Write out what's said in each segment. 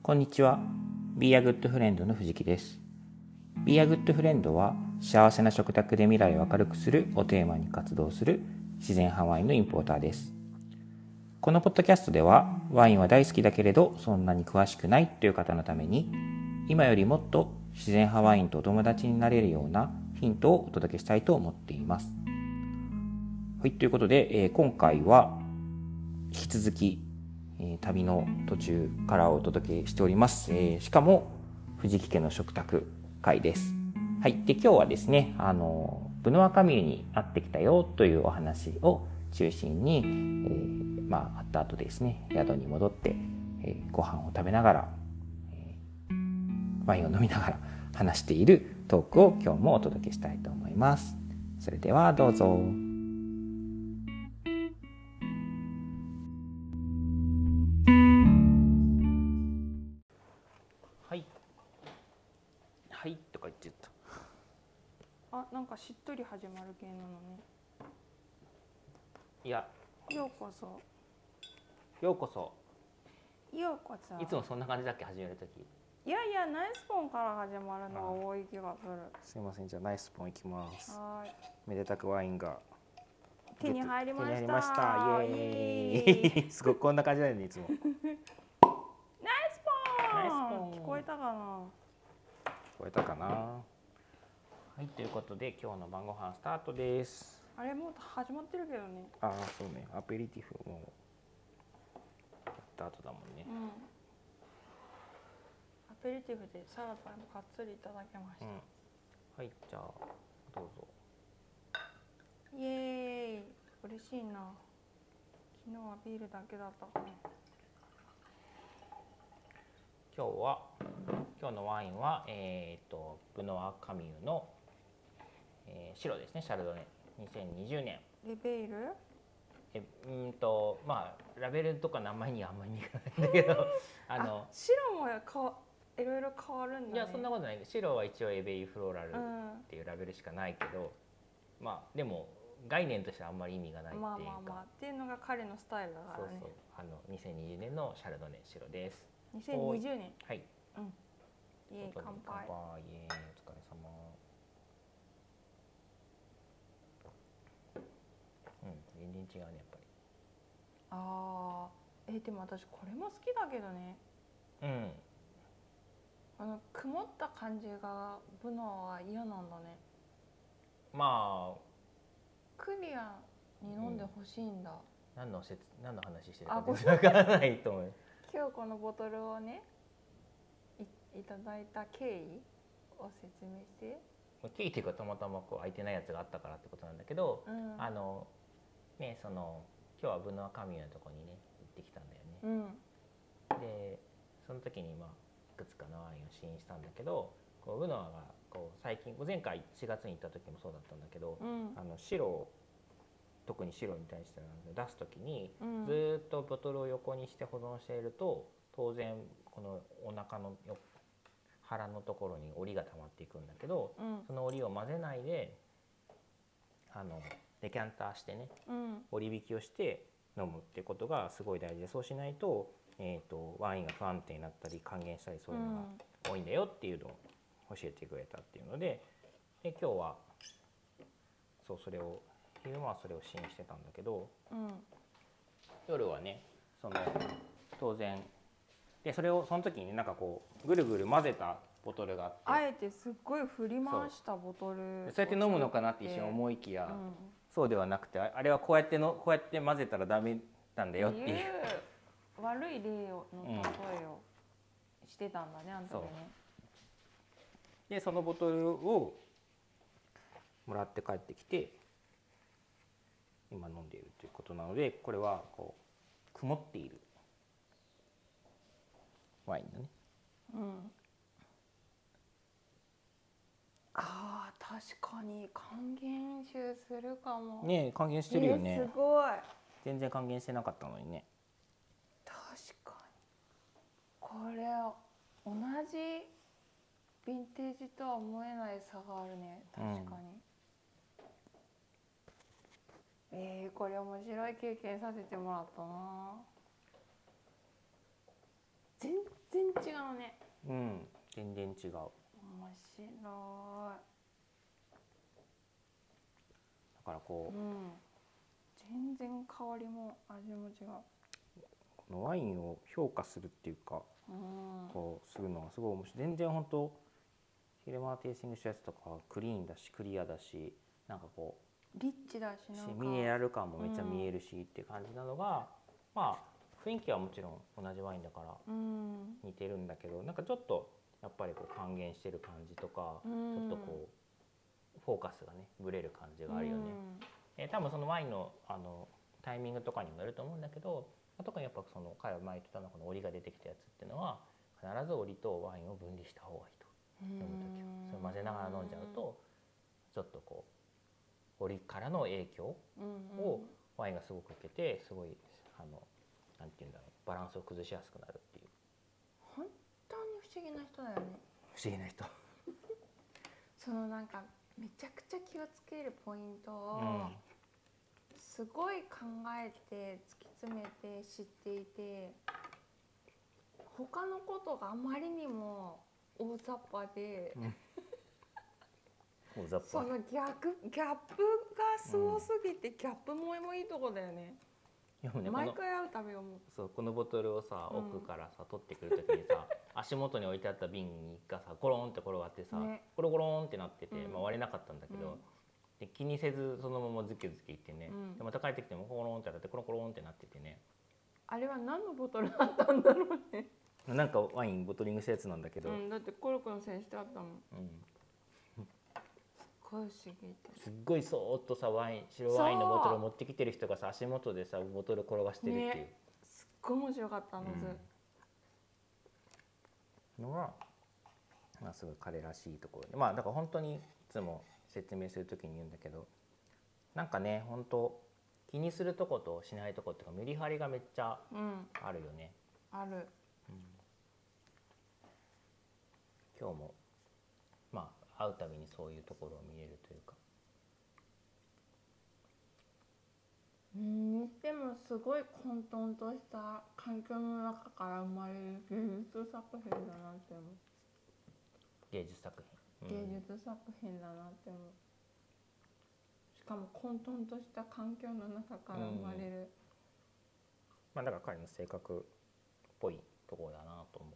こんにちは。Be a Good Friend の藤木です。Be a Good Friend は幸せな食卓で未来を明るくするをテーマに活動する自然派ワインのインポーターです。このポッドキャストではワインは大好きだけれどそんなに詳しくないという方のために今よりもっと自然派ワインとお友達になれるようなヒントをお届けしたいと思っています。はい、ということで、今回は引き続き旅の途中からお届けしております。しかも藤木家の食卓会です。はい、で今日はですね、ブノワカミュに会ってきたよというお話を中心に、会った後ですね、宿に戻って、ご飯を食べながら、ワインを飲みながら話しているトークを今日もお届けしたいと思います。それではどうぞ。はいとか言っちゃった。 なんかしっとり始まる系なのね。 いや、 ようこそようこそ。 ようこそ。 いつもそんな感じだっけ、始めるとき。 いやいや、ナイスポンから始まるのが多い気がする。 すいません、じゃあナイスポンいきます。 はい。 めでたくワインが手に入りました。 手に入りました。イエーイ。すごいこんな感じだよね、いつも。 ナイスポン。聞こえたかな。 聞こえたかな。はい、ということで今日の晩ご飯スタートです。 あれもう始まってるけどね。 そうね、アペリティフもやった後だもんね。 アペリティフでサラダもがっつりいただけました。 はい、じゃあどうぞ。 イエーイ、嬉しいな。昨日はビールだけだったかね。 今日のワインは、ブノワカミュの、白ですね、シャルドネ2020年。 レベール？ ラベルとか名前にはあんまり意味がないんだけど白もいろいろ変わるんだね。 いや、そんなことない。白は一応エベイフローラルっていうラベルしかないけど、でも概念としてはあんまり意味がないっていうか、 っていうのが彼のスタイルだからね。 そう2020年のシャルドネ白です。 2020年。 はい。 イエーイ、乾杯。 イエーイ、お疲れ様。全然違うね、やっぱり。 でも私これも好きだけどね。曇った感じがブノは嫌なんだね。クリアに飲んでほしいんだ。 何の話してるかわからないと思う。 今日このボトルをねいただいた経緯を説明して。 経緯っていうか、たまたまこう空いてないやつがあったからってことなんだけど、今日はブノワカミュのとこにね行ってきたんだよね。でその時にいくつかのワインを試飲したんだけど、ブノワが最近、前回4月に行った時もそうだったんだけど、特に白に対して出す時に、ずっとボトルを横にして保存していると、当然このお腹の腹のところに折りが溜まっていくんだけど、その折りを混ぜないでデキャンターしてね、折り引きをして飲むってことがすごい大事で、そうしないと、ワインが不安定になったり還元したり、そういうのが多いんだよっていうのを教えてくれたっていうので、今日はそれを昼間はそれを試飲してたんだけど、夜はね当然で、その時にぐるぐる混ぜたボトルがあって、 あえてすっごい振り回したボトル、 そうやって飲むのかなって一瞬思いきや、そうではなくて、あれはこうやって混ぜたらダメなんだよっていう悪い例の例えをしてたんだね、あの時ね。 でそのボトルをもらって帰ってきて今飲んでいるということなので、これは曇っているワインだね。 確かに還元臭するかもね。還元してるよね。 すごい。 全然還元してなかったのにね。 確かにこれ同じヴィンテージとは思えない差があるね。確かに。これ面白い経験させてもらったな。全然違違うね。 うん、全然違う。 面白い。 だからこう、 全然香りも味も違う。 このワインを評価するっていうか、こうするのがすごい面白い。全然本当昼間テイスティングしたやつとかクリーンだしクリアだし、なんかこうリッチだし、なんかミネラル感もめっちゃ見えるしっていう感じなのが、まあ雰囲気はもちろん同じワインだから似てるんだけど、なんかちょっとやっぱりこう還元してる感じとか、ちょっとこうフォーカスがねブレる感じがあるよね。多分そのワインのタイミングとかにもよると思うんだけど、特にやっぱその彼は前言ってたのこのオリが出てきたやつっていうのは必ずオリとワインを分離した方がいいと。飲む時はそれ混ぜながら飲んじゃうとちょっとこうオリからの影響をワインがすごく受けて、すごいなんていうんだろう、バランスを崩しやすくなるっていう。 本当に不思議な人だよね。 不思議な人そのなんかめちゃくちゃ気をつけるポイントをすごい考えて突き詰めて知っていて、他のことがあまりにも大雑把で、 大雑把。 そのギャップがすごすぎて、ギャップもいいとこだよね。毎回会うたび思う。 そうこのボトルをさ奥からさ取ってくる時にさ足元に置いてあった瓶がさコロンって転がってさ、コロコロンってなってて、割れなかったんだけど、で気にせずそのままズキズキいってね、でまた帰ってきてもコロンってなってコロコロンってなっててね、 あれは何のボトルだったんだろうね。 なんかワインボトリングしたやつなんだけど、 だってコルクの線してあったもん。すごい不思議。 すっごいそーっとさ白ワインのボトルを持ってきてる人がさ足元でさボトル転がしてるっていう、 すっごい面白かったののが、まあすごい彼らしいところで、まあだから本当にいつも説明する時に言うんだけど、なんかね本当気にするとことしないとこっていうかメリハリがめっちゃあるよね。 ある。 今日もまあ会うたびにそういうところを見れるというか。 にしてもすごい混沌とした環境の中から生まれる芸術作品だなって思う。 芸術作品、 芸術作品だなって思う。しかも混沌とした環境の中から生まれる、 まあだから彼の性格っぽいところだなと思う。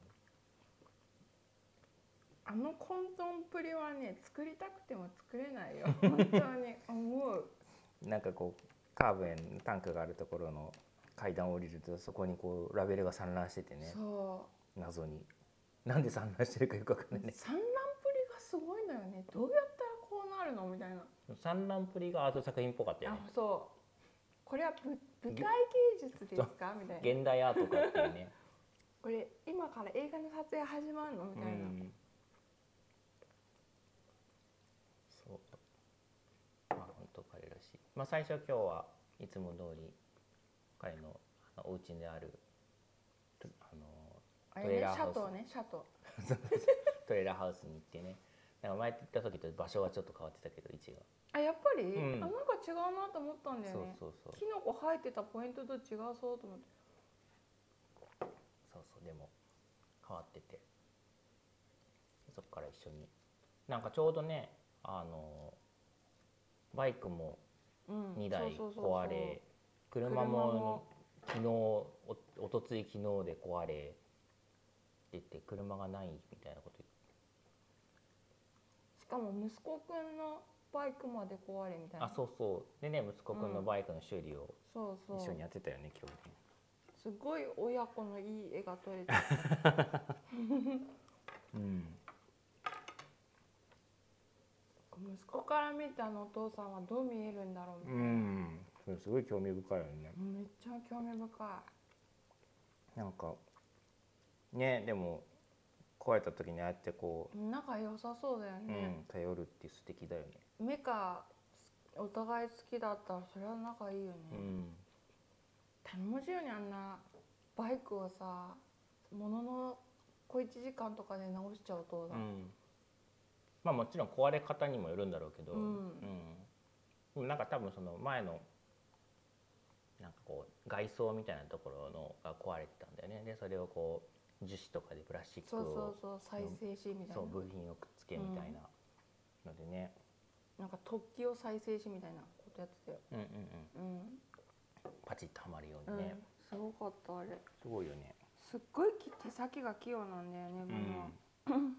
あの混沌っぷりはね、作りたくても作れないよ本当に思う。 なんかこうカーブへのタンクがあるところの階段を降りると、そこにこうラベルが散乱しててね、謎になんで散乱してるかよく分かんないね。 散乱っぷりがすごいのよね。どうやったらこうなるのみたいな。 散乱っぷりがアート作品っぽかったよね。 そう、これは舞台芸術ですかみたいな。 現代アートかっていうねこれ今から映画の撮影始まるのみたいな。 そう、まあ本当彼らしい。まあ最初今日はいつも通り彼のお家であるトレーラーハウス、 シャトトレーラーハウスに行ってね、なんか前行った時と場所はちょっと変わってたけど位置が、 やっぱり、なんか違うなと思ったんだよね。 そうキノコ生えてたポイントと違うそうと思って。 でも変わってて、そっから一緒になんかちょうどねバイクも2台壊れ、車も昨日おとつい昨日で壊れって言って車がないみたいなこと言って、 しかも息子くんのバイクまで壊れみたいな。 そうでね、息子くんのバイクの修理を一緒にやってたよね今日ね。 すごい親子のいい絵が撮れて息子から見てお父さんはどう見えるんだろうみたいな。 それすごい興味深いよね。 めっちゃ興味深い。なんかね、でも壊れた時にああやってこう仲良さそうだよね。 頼るって素敵だよね。 メカお互い好きだったらそれは仲いいよね。頼もしいよね、あんなバイクをさものの小1時間とかで直しちゃうと、 まあもちろん壊れ方にもよるんだろうけど、でもなんか多分その前のなんかこう外装みたいなところのが壊れてたんだよね。でそれをこう樹脂とかでプラスチックそうをそう再生しみたいな、 そう部品をくっつけみたいなのでね、 なんか突起を再生しみたいなことやってたよ。 パチッとはまるようにね、 すごかったあれ。 すごいよね。 すっごい手先が器用なんだよね、ママ。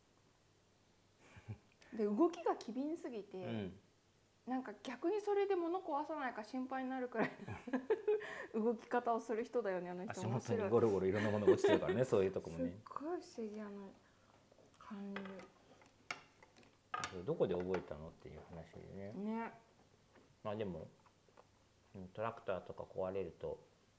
で動きが機敏すぎて、なんか逆にそれで物壊さないか心配になるくらい動き方をする人だよね、あの人。 足元にゴロゴロいろんなものが落ちてるからねそういうとこもね。 すっごい不思議な感どこで覚えたのっていう話でね。 ね。 まあでもトラクターとか壊れると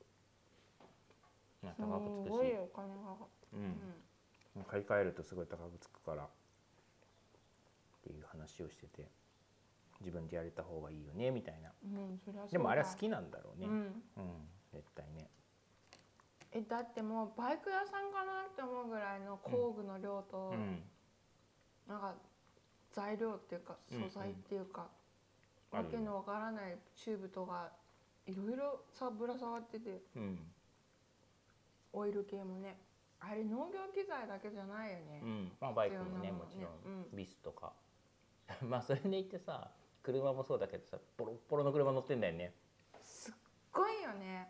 高くつくし、 すごいお金が、 買い替えるとすごい高くつくからっていう話をしてて、自分でやれた方がいいよねみたいな。 そりゃそうだ。 でもあれは好きなんだろうね。絶対ね。 だってもうバイク屋さんかなって思うぐらいの工具の量と、なんか材料っていうか素材っていうか、わけのわからないチューブとかいろいろぶら下がってて、オイル系もね。あれ農業機材だけじゃないよね。 まあバイクもねもちろん、ビスとかまあそれでいてさ、車もそうだけどさ、ボロッボロの車乗ってんだよね。 すっごいよね。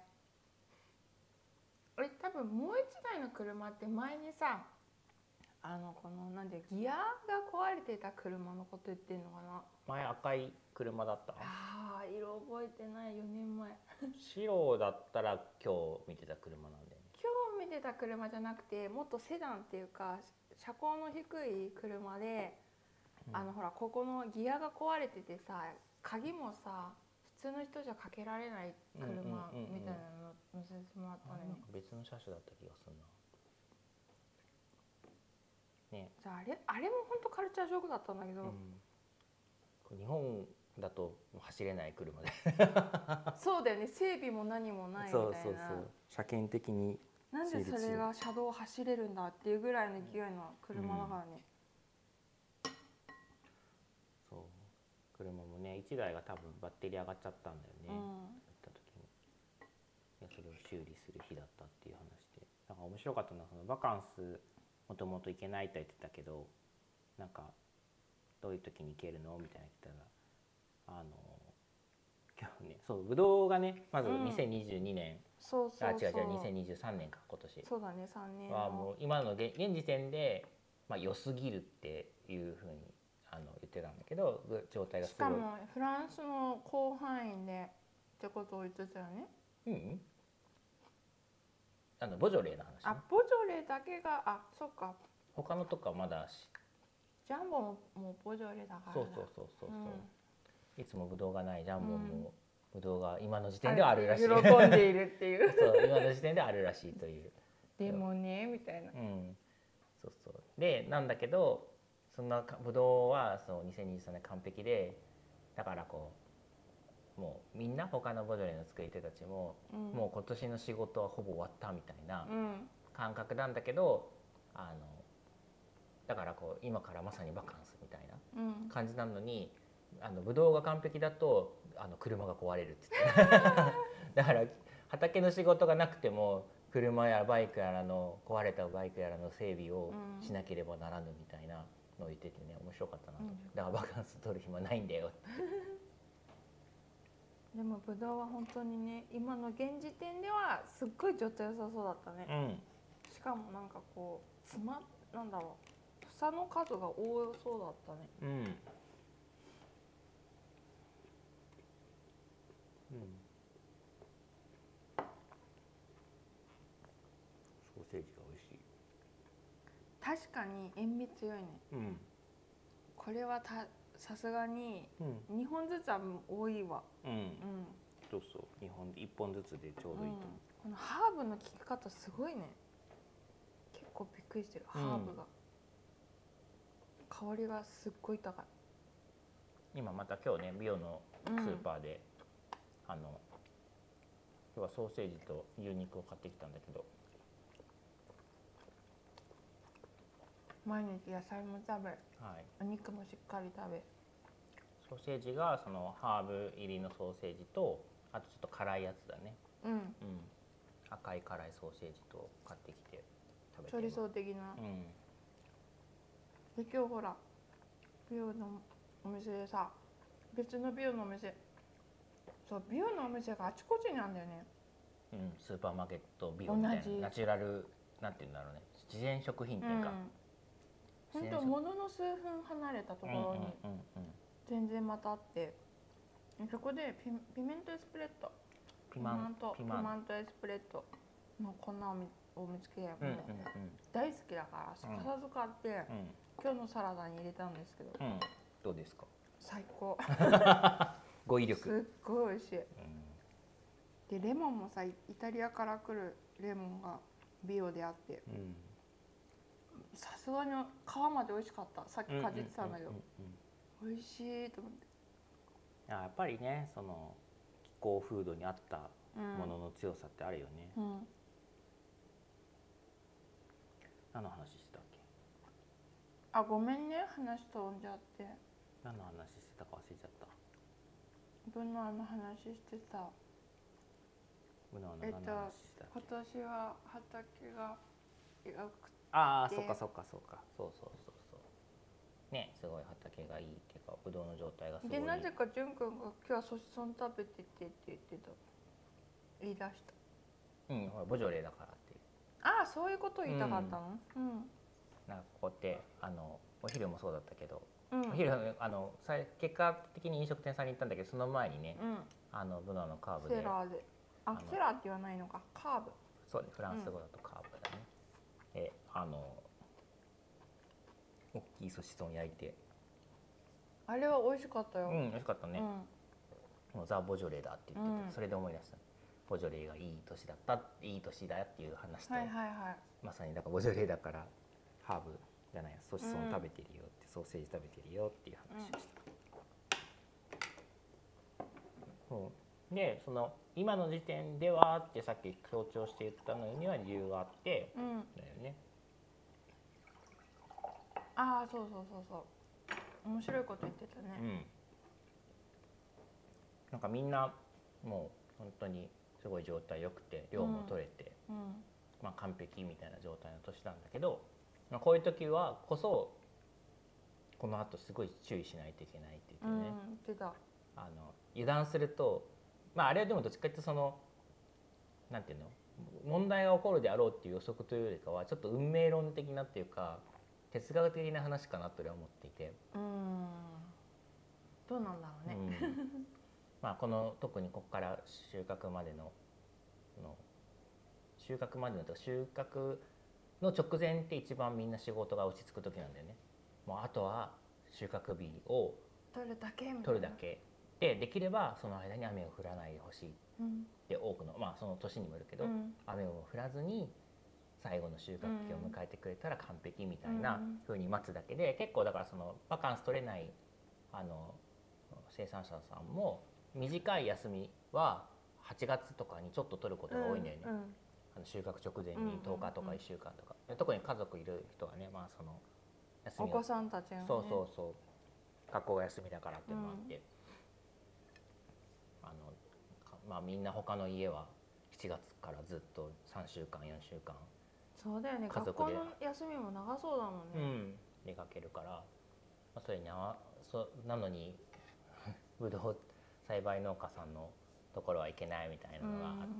俺多分もう一台の車って前にさ、このなんでギアが壊れてた車のこと言ってんのかな。 前赤い車だった。 色覚えてない。4年前。 白だったら今日見てた車なんだよね。 今日見てた車じゃなくて、もっとセダンっていうか車高の低い車で、ほらここのギアが壊れててさ、鍵もさ普通の人じゃかけられない車みたいなの乗せてもらったのね。 別の車種だった気がするな。ね。 じゃああれも本当カルチャーショックだったんだけど。 日本だと走れない車でそうだよね、整備も何もないみたいな。 車検的になんでそれが車道を走れるんだっていうぐらいの勢いの車だからね。 そう、車もね1台が多分バッテリー上がっちゃったんだよね、行った時に。それを修理する日だったっていう話で、なんか面白かったのは、そのバカンスもともと行けないと言ってたけど、なんかどういう時に行けるのみたいな言ったら、今日ね、そうブドウがね、まず2022年、違う2023年か、今年。 そうだね、3年はもう今の現時点で良すぎるっていうふうに言ってたんだけど、状態がすごい。 しかもフランスの広範囲でってことを言ってたよね。 ボジョレーの話、ね。 ボジョレーだけが、そっか。 他のとこはまだジャンボもボジョレーだから。 そう、いつもブドウがないジャンボもブドウが今の時点ではあるらしい。 喜んでいるっていうそう今の時点ではあるらしいという。 でもねみたいな。 そうで、なんだけどそんなブドウはそう2023年完璧で、だからこうもうみんな他のボジョレーの作り手たちも、もう今年の仕事はほぼ終わったみたいな感覚なんだけど、だからこう今からまさにバカンスみたいな感じなのに、ブドウが完璧だと車が壊れるって言ってだから畑の仕事がなくても車やバイクやらの壊れたバイクやらの整備をしなければならぬみたいなのを言っててね、面白かったなと。だからバカンス取る暇ないんだよでもブドウは本当にね、今の現時点ではすっごい状態良さそうだったね。しかもなんかこうなんだろう、房の数が多そうだったね。 ソーセージが美味しい。 確かに塩味強いね。これはさすがに2本ずつは多いわ。 そう2本1本ずつでちょうどいいと思う。 このハーブの効き方すごいね。結構びっくりしてる。ハーブが香りがすっごい高い。 今また今日ね、ビオのスーパーで、今日はソーセージと牛肉を買ってきたんだけど、 毎日野菜も食べ、お肉もしっかり食べ。 ソーセージがそのハーブ入りのソーセージと、あとちょっと辛いやつだね。赤い辛いソーセージと買ってきて、 食べて処理層的な、で今日ほら美容のお店でさ、別の美容のお店、そう美容のお店があちこちにあるんだよね。 スーパーマーケット美容みたい同じなナチュラルなんていうんだろうね、自然食品店か、 本当ものの数分離れたところに全然またあって、そこでピメントエスプレッドピマントエスプレッドの粉を見つけて、大好きだからすかさず買って、今日のサラダに入れたんですけど、 どうですか？ 最高語彙力すっごい美味しい、でレモンもさ、イタリアから来るレモンが美容であって、さすがに皮まで美味しかった。さっきかじってたんだけど、美味しいと思って。 やっぱりね、その気候風土に合ったものの強さってあるよね。何の話してたっけ？ あ、ごめんね、話飛んじゃって。 何の話してたか忘れちゃった。 ブノアの話してた。 ブノアの何の話してたっけ？ 今年は畑がよくて。 ああ、そっかそっかそっか、そうね、すごい畑がいいっていうか、ブドウの状態がすごい。 でなぜか潤くんが今日はソシソン食べててって言ってた。言い出した。 ほらボジョレーだからっていう。 ああ、そういうこと言いたかったの？ なんかここってお昼もそうだったけど、お昼結果的に飲食店さんに行ったんだけど、その前にね、ブノアのカーブでセラーで、セラーって言わないのか、カーブ。 そうね、フランス語だとカーブだね。大きい寿司ソン焼いて、 あれは美味しかったよ。 美味しかったね。もうザ・ボジョレーだって言ってて、それで思い出した。ボジョレーがいい年だった、いい年だっていう話と、まさにだからボジョレーだからハーブじゃない、ソシソン食べてるよって、ソーセージ食べてるよっていう話をした。で、その今の時点ではってさっき強調して言ったのには理由があって、だよね。 ああ、そう面白いこと言ってたね。 なんかみんなもう本当にすごい状態良くて、量も取れて、完璧みたいな状態の年なんだけど、こういう時はこそこのあとすごい注意しないといけないって言ってね。 言ってた。 油断すると、あれはでもどっちかっていうとそのなんていうの、問題が起こるであろうっていう予測というよりかはちょっと運命論的なっていうか哲学的な話かなと俺は思っていて、 どうなんだろうね。 この特にここから収穫までの収穫の直前って一番みんな仕事が落ち着く時なんだよね。もうあとは収穫日を取るだけで、できればその間に雨を降らないでほしい、で多くのその年にもよるけど、雨を降らずに最後の収穫期を迎えてくれたら完璧みたいな風に待つだけで、結構だからそのバカンス取れない生産者さんも短い休みは8月とかにちょっと取ることが多いんだよね。収穫直前に10日とか1週間とか、特に家族いる人はね、その休みお子さんたちがね、 学校が休みだからっていうのもあって、みんな他の家は7月からずっと3週間4週間そうだよね、学校の休みも長そうだもんね、 出かけるから、それになのにぶどう栽培農家さんのところは行けないみたいなのがあって、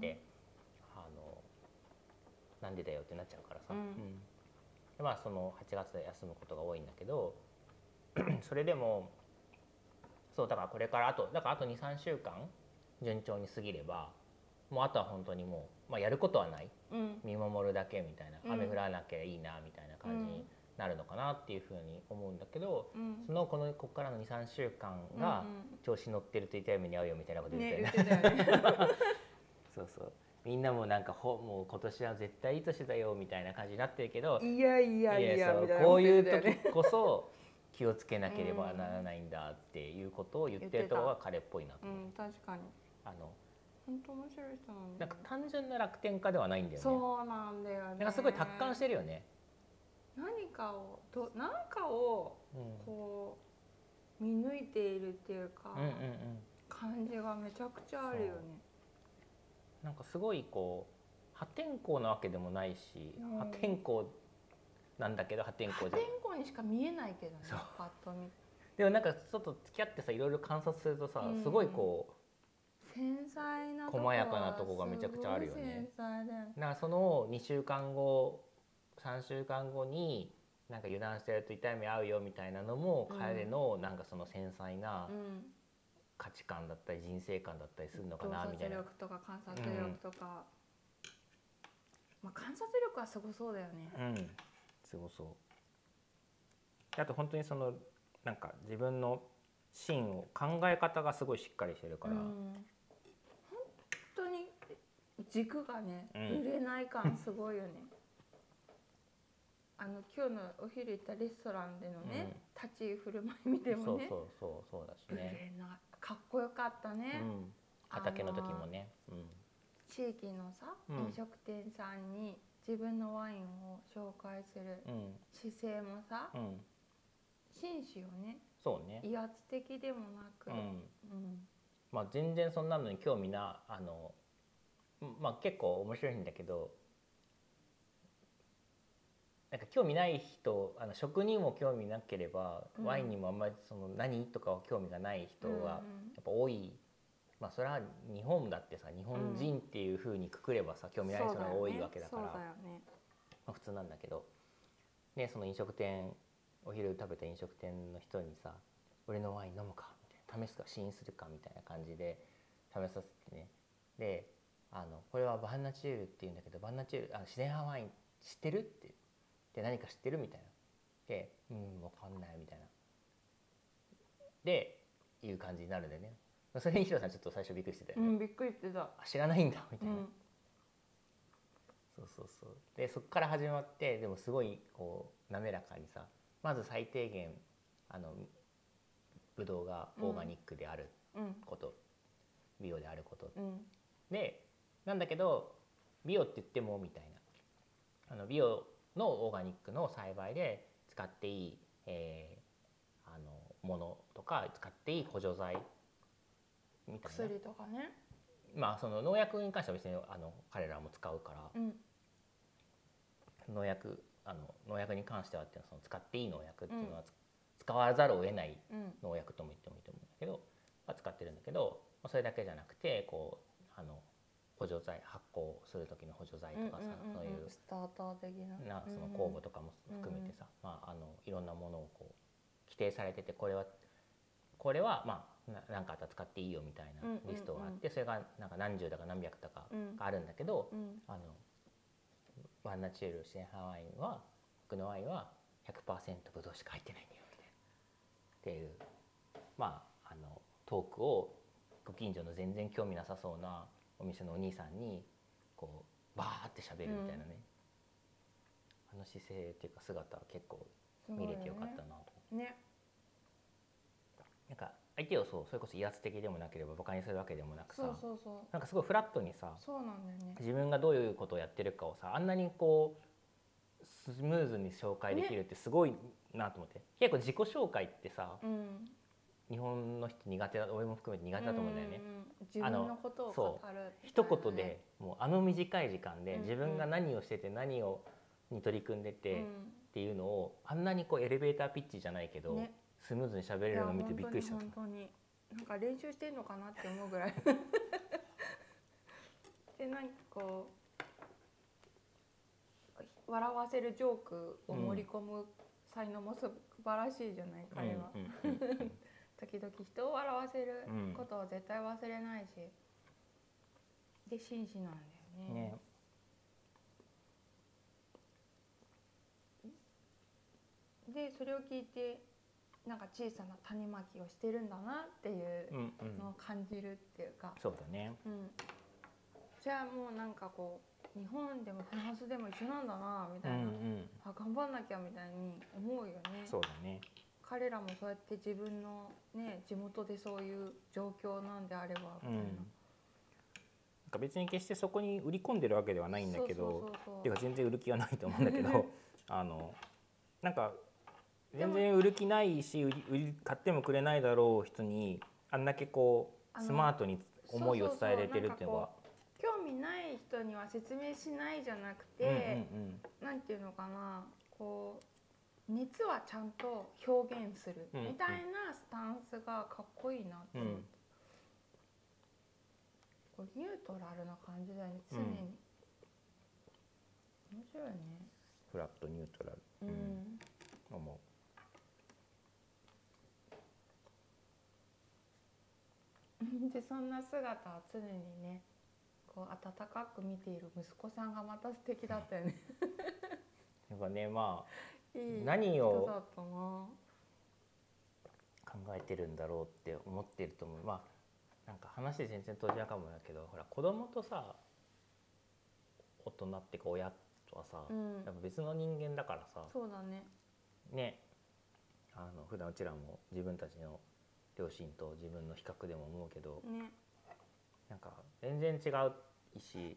なんでだよってなっちゃうからさ、でその8月で休むことが多いんだけどそれでもそうだからこれからあと 2,3 週間順調に過ぎれば、もうあとは本当にもう、やることはない、見守るだけみたいな、雨降らなきゃいいなみたいな感じになるのかなっていうふうに思うんだけど、ここからの 2,3 週間が調子乗ってると痛い目に遭うよみたいなこと言ってたよね。そうみんなもなんかもう今年は絶対いい年だよみたいな感じになってるけど、 いやみたいな、 こういう時こそ気をつけなければならないんだっていうことを言ってるところが彼っぽいなと思う。 確かに本当面白い人なんだ。 なんか単純な楽天家ではないんだよね。 そうなんだよね。 なんかすごい達観してるよね。 何かをこう見抜いているっていうか、感じがめちゃくちゃあるよね。 なんかすごいこ破天荒なわけでもないし、破天荒なんだけど破天荒じゃん。 破天荒にしか見えないけどね、パッと見。 でもなんかちょっと付き合ってさ、いろいろ観察するとさ、すごいこう繊細なとこ細やかなとこがめちゃくちゃあるよね。 繊細だよ。 だからその2週間後3週間後になんか油断してると痛い目合うよみたいなのも、彼のなんかその繊細な価値観だったり人生観だったりするのかなみたいな。 洞察力とか観察力とか、まあ観察力はすごそうだよね。 すごそう。あと本当にそのなんか自分の芯を考え方がすごいしっかりしてるから、 本当に軸がね、ぶれない感すごいよね。今日のお昼行ったレストランでのね、立ち居振る舞い見てもね、 そうだしね。 かっこよかったね。 畑の時もね、 地域のさ、飲食店さんに自分のワインを紹介する姿勢もさ、紳士よね。 そうね。 威圧的でもなく、 まあ全然そんなのに興味なまあ結構面白いんだけど、なんか興味ない人、食にも興味なければ、ワインにもあんまりその何とかは興味がない人がやっぱ多い。まあそれは日本だってさ、日本人っていう風にくくればさ、興味ない人が多いわけだから、まあ普通なんだけど、ね、その飲食店、お昼食べた飲食店の人にさ、俺のワイン飲むかみたいな、試すか試飲するかみたいな感じで試させてね、でこれはバンナチュールっていうんだけど、バンナチュール自然派ワイン知ってるってで、何か知ってるみたいなで、分かんないみたいなでいう感じになるんだよね。それにヒロさんちょっと最初びっくりしてたよね。 びっくりしてた。 知らないんだみたいな、そうでそこから始まって、でもすごいこう滑らかにさ、まず最低限ブドウがオーガニックであること、ビオであること、でなんだけどビオって言ってもみたいな、ビオのオーガニックの栽培で使っていい、ものとか使っていい補助剤みたいな、 薬とかね、 まあその農薬に関しては別に彼らも使うから、農薬に関してはっていうのは、その使っていい農薬っていうのは、使わざるを得ない農薬とも言ってもいいと思うんだけど、使ってるんだけど、それだけじゃなくてこう補助剤、発酵する時の補助剤とかさ、そういうスターター的なその酵母とかも含めてさ、いろんなものをこう規定されてて、これはまあ何かあったら使っていいよみたいなリストがあって、それがなんか何十だか何百だかがあるんだけど、ワンナチュール自然派ワインは、僕のワインは 100% ブドウしか入ってないんだよみたいなっていう、まあトークをご近所の全然興味なさそうなお店のお兄さんにこうバーって喋るみたいなね、姿勢っていうか姿は結構見れてよかったなと思って。なんか相手をそれこそ威圧的でもなければバカにするわけでもなくさ、なんかすごいフラットにさ、自分がどういうことをやってるかをさ、あんなにこうスムーズに紹介できるってすごいなと思って、結構自己紹介ってさ、日本の人苦手だ、俺も含めて苦手だと思うんだよね。 自分のことを語る一言でもう短い時間で自分が何をしてて何に取り組んでてっていうのを、あんなにこうエレベーターピッチじゃないけど、スムーズに喋れるのを見てびっくりしちゃった。 本当になんか練習してんのかなって思うぐらいで、なんかこう笑わせるジョークを盛り込む才能も素晴らしいじゃない、彼は。時々人を笑わせることは絶対忘れないし、で紳士なんだよね。でそれを聞いて、なんか小さな種まきをしてるんだなっていうのを感じるっていうか、 そうだね、 じゃあもうなんかこう日本でもフランスでも一緒なんだなみたいな、頑張んなきゃみたいに思うよね。 そうだね。 彼らもそうやって自分のね、地元でそういう状況なんであればみたいな。なんか別に決してそこに売り込んでるわけではないんだけど、っていうか全然売る気はないと思うんだけどなんか全然売る気ないし、買ってもくれないだろう人にあんだけこうスマートに思いを伝えれてるっていうのは、 興味ない人には説明しないじゃなくて、なんていうのかな、こう熱はちゃんと表現するみたいなスタンスがかっこいいなって思って、こうニュートラルな感じだよね、常に。面白いね。 フラットニュートラル、思う。 でそんな姿を常にね、こう温かく見ている息子さんがまた素敵だったよね。 やっぱね、まあいい何を人だったな。 考えてるんだろうって思ってると思う。まあなんか話全然途中かもだけど、ほら子供とさ大人ってか親とはさ、やっぱ別の人間だからさ。 そうだね。 ね、普段うちらも自分たちの両親と自分の比較でも思うけど、 ね、 なんか全然違うし、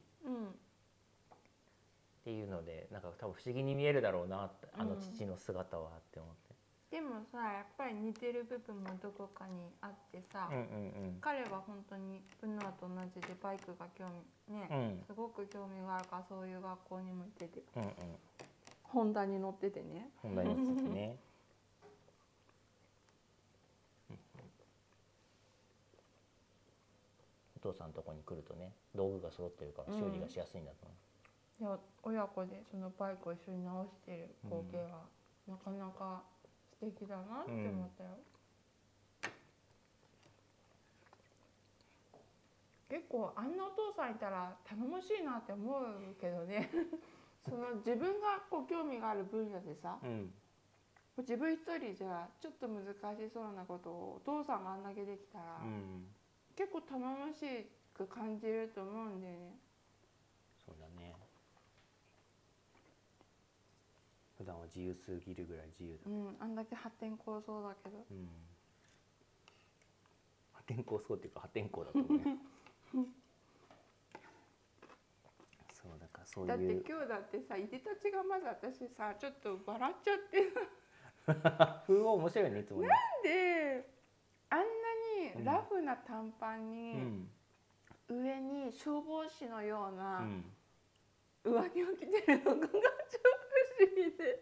っていうのでなんか多分不思議に見えるだろうなって、父の姿はって思って。 でもさ、やっぱり似てる部分もどこかにあってさ、彼は本当にブノアと同じでバイクが興味ね、すごく興味があるからそういう学校にも行ってて、ホンダに乗っててね。 ホンダに乗っててね。お父さんのとこに来るとね、道具が揃ってるから修理がしやすいんだと思う。いや、親子でそのバイクを一緒に直してる光景はなかなか素敵だなって思ったよ。結構あんなお父さんいたら頼もしいなって思うけどね。その自分がこう興味がある分野でさ、自分一人じゃちょっと難しそうなことをお父さんがあんだけできたら、結構頼もしく感じると思うんだよね。 そうだね。普段は自由すぎるぐらい自由だ。 あんだけ破天荒そうだけど。 破天荒そうっていうか破天荒だと思うね。そうだからそういう。 だって今日だってさ、いでたちがまず私さちょっと笑っちゃってさ。風は面白いねいつもね。 なんであんなにラフな短パンに、上に消防士のような上着を着てるのが超不思議で。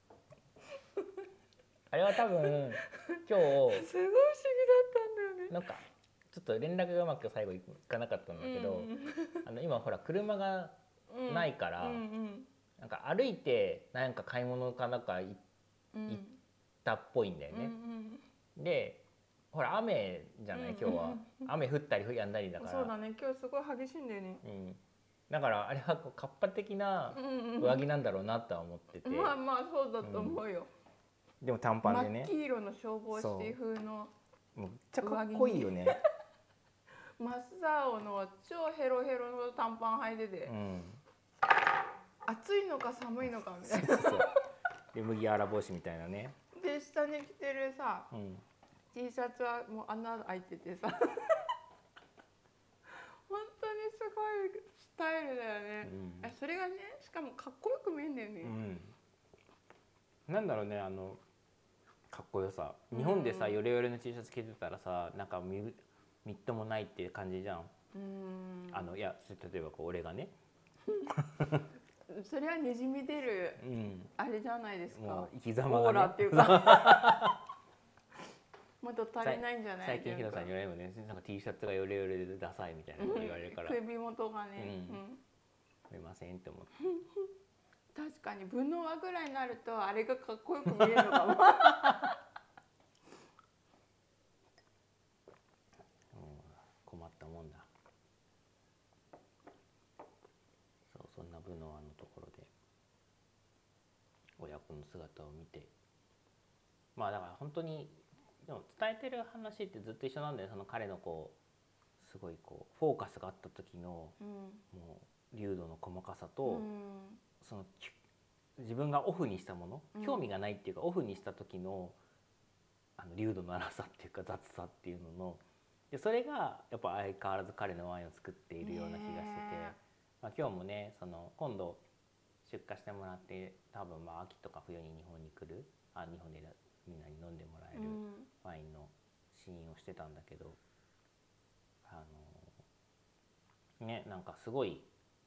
あれは多分今日すごい不思議だったんだよね。 なんかちょっと連絡がうまく最後いかなかったんだけど、今ほら車がないから、なんか歩いてなんか買い物かなんか行ったっぽいんだよね。でほら雨じゃない今日は。雨降ったりやんだりだから。 そうだね、今日すごい激しいんだよね。 だからあれはこうカッパ的な上着なんだろうなとは思ってて。 まあまあそうだと思うよ。 でも短パンでね。 真っ黄色の消防士風のめっちゃかっこいいよね。 真っ青の超ヘロヘロの短パン履いてて、暑いのか寒いのかみたいな。 で麦わら帽子みたいなね。 で下に着てるさ、T シャツはもう穴開いててさ、本当にすごいスタイルだよね。それがね、しかもかっこよく見えんだよね。なんだろうね、 かっこよさ。日本でさヨレヨレの T シャツ着てたらさ、なんかみっともないっていう感じじゃん。いや例えばこう俺がね。 それはにじみ出るあれじゃないですか。 もう生き様がね。 オーラっていうか。まだ足りないんじゃない。 最近ヒロさんに言われるもんね。なんか T シャツがヨレヨレでダサいみたいなこと言われるから。 首元がね。 すいませんって思って。 確かにブノワぐらいになるとあれがかっこよく見えるのかも。 困ったもんだ。そうそんなブノワのところで親子の姿を見て、まあだから本当にでも伝えてる話ってずっと一緒なんだよ。その彼のこうすごいこうフォーカスがあった時の、もう流度の細かさと、その自分がオフにしたもの、興味がないっていうかオフにした時の流度の荒さっていうか雑さっていうのの、でそれがやっぱ相変わらず彼のワインを作っているような気がしてて、まあ、今日もねその今度出荷してもらって多分まあ秋とか冬に日本に来る日本でみんなに飲んでもらえるワインの試飲をしてたんだけど、 ね、なんかすごい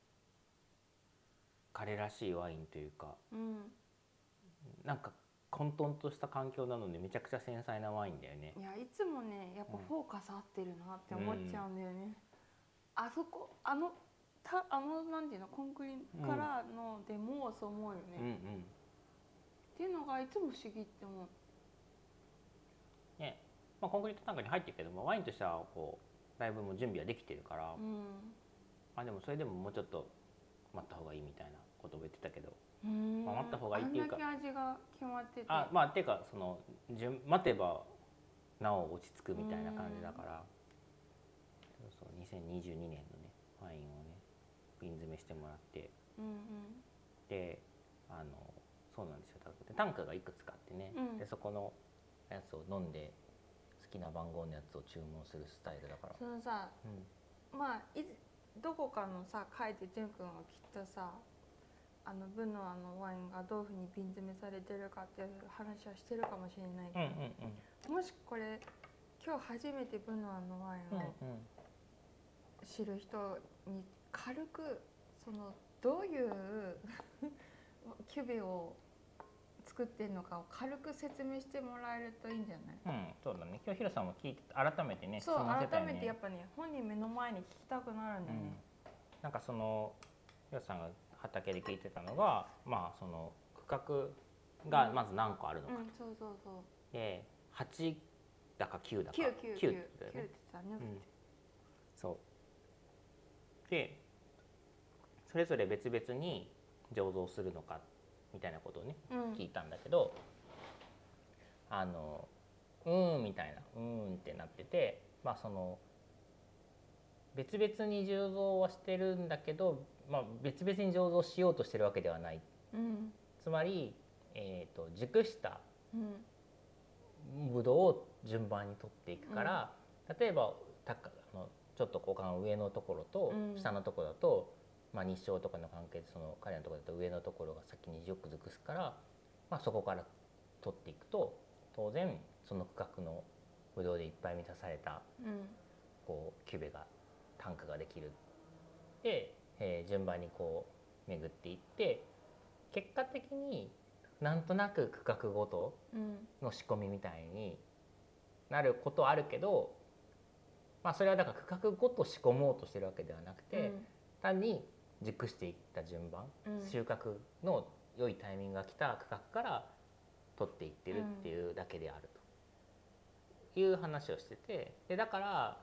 彼らしいワインというか、なんか混沌とした環境なのでめちゃくちゃ繊細なワインだよね。 いやいつもねやっぱフォーカス合ってるなって思っちゃうんだよね、あそこなんていうのコンクリからのでもそう思うよね、っていうのがいつも不思議って思うね。コンクリートタンクに入ってるけどもワインとしてはこうだいぶもう準備はできてるから、でもそれでももうちょっと待った方がいいみたいなことを言ってたけど、待った方がいいっていうか、 あんだけ味が決まってて、 っていうかその待てばなお落ち着くみたいな感じだから、そう2022年のねワインをね瓶詰めしてもらって、でそうなんですよ、タンクがいくつかあってね、でそこのやつを飲んで好きな番号のやつを注文するスタイルだから。 そのさ、どこかのさ書いて淳君はきっとさブノアのワインがどういうふうに瓶詰めされてるかっていう話はしてるかもしれないけど、もしこれ今日初めてブノアのワインを知る人に軽くそのどういうキュベを作ってるのかを軽く説明してもらえるといいんじゃない？ そうだね。今日ヒロさんも聞いて改めてね、 そう改めてやっぱね本人目の前に聞きたくなるんだよね。 なんかそのヒロさんが畑で聞いてたのが、その区画がまず何個あるのか、で8だか9だか9って言ったよね。そうでそれぞれ別々に醸造するのかみたいなことをね、聞いたんだけど、みたいなってなってて、その別々に醸造はしてるんだけど、別々に醸造しようとしてるわけではない、つまり、熟したブドウを順番に取っていくから、例えばちょっと交換上のところと下のところだと、日照とかの関係でその彼のところだと上のところが先によく熟すから、そこから取っていくと当然その区画のブドウでいっぱい満たされた、こうキュベがタンクができる。で、順番にこう巡っていって結果的になんとなく区画ごとの仕込みみたいになることはあるけど、それはだから区画ごと仕込もうとしてるわけではなくて、単に熟していった順番、収穫の良いタイミングが来た区画から取っていってるっていうだけであるという話をしてて、でだから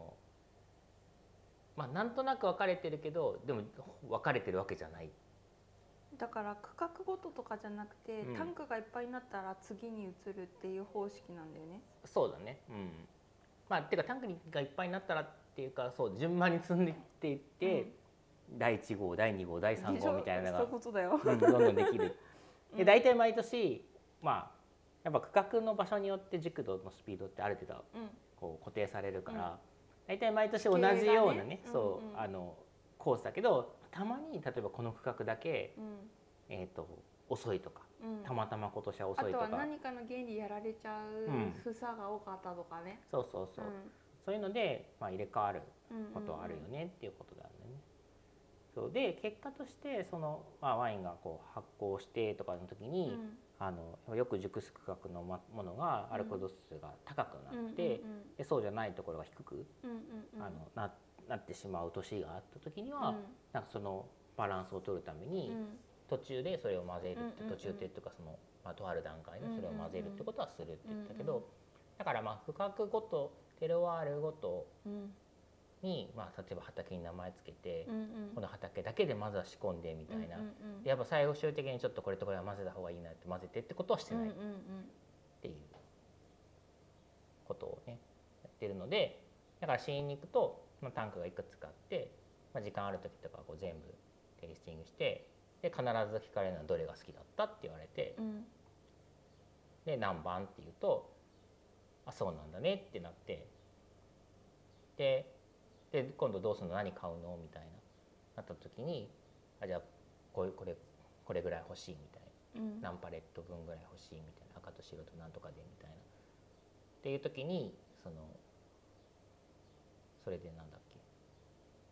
なんとなく分かれてるけどでも分かれてるわけじゃない。 だから区画ごととかじゃなくて、タンクがいっぱいになったら次に移るっていう方式なんだよね。 そうだね。てかタンクがいっぱいになったらっていうか、そう順番に積んでいっていって、第1号第2号第3号みたいなのがどんどんできる。で大体毎年やっぱ区画の場所によって熟度のスピードってある程度こう固定されるから、大体毎年同じようなね、コースだけど、たまに例えばこの区画だけ、遅いとか、たまたま今年は遅いとか、 あとは何かの原理やられちゃう房が多かったとかね。 そういうので、入れ替わることはあるよねっていうことだよね。そうで結果としてその、ワインがこう発酵してとかの時に、よく熟す区画のものがアルコール度数が高くなって、でそうじゃないところが低くなってしまう年があった時には、なんかそのバランスを取るために、途中でそれを混ぜるって、途中っていうかその、とある段階でそれを混ぜるってことはするって言ったけど、だから区画ごとテロワールごとに、例えば畑に名前つけて、この畑だけでまずは仕込んでみたいな、やっぱ最終的にちょっとこれとこれは混ぜた方がいいなって混ぜてってことはしてないっていうことをねやってるので、だから試飲に行くとタンクがいくつかあって、時間ある時とかこう全部テイスティングして、で必ず聞かれるのはどれが好きだったって言われて、で何番って言うと、あそうなんだねってなって、で今度どうするの、何買うのみたいなった時に、じゃあこれぐらい欲しいみたいな、何パレット分ぐらい欲しいみたいな、赤と白となんとかでみたいなっていう時に、それでなんだっけ、その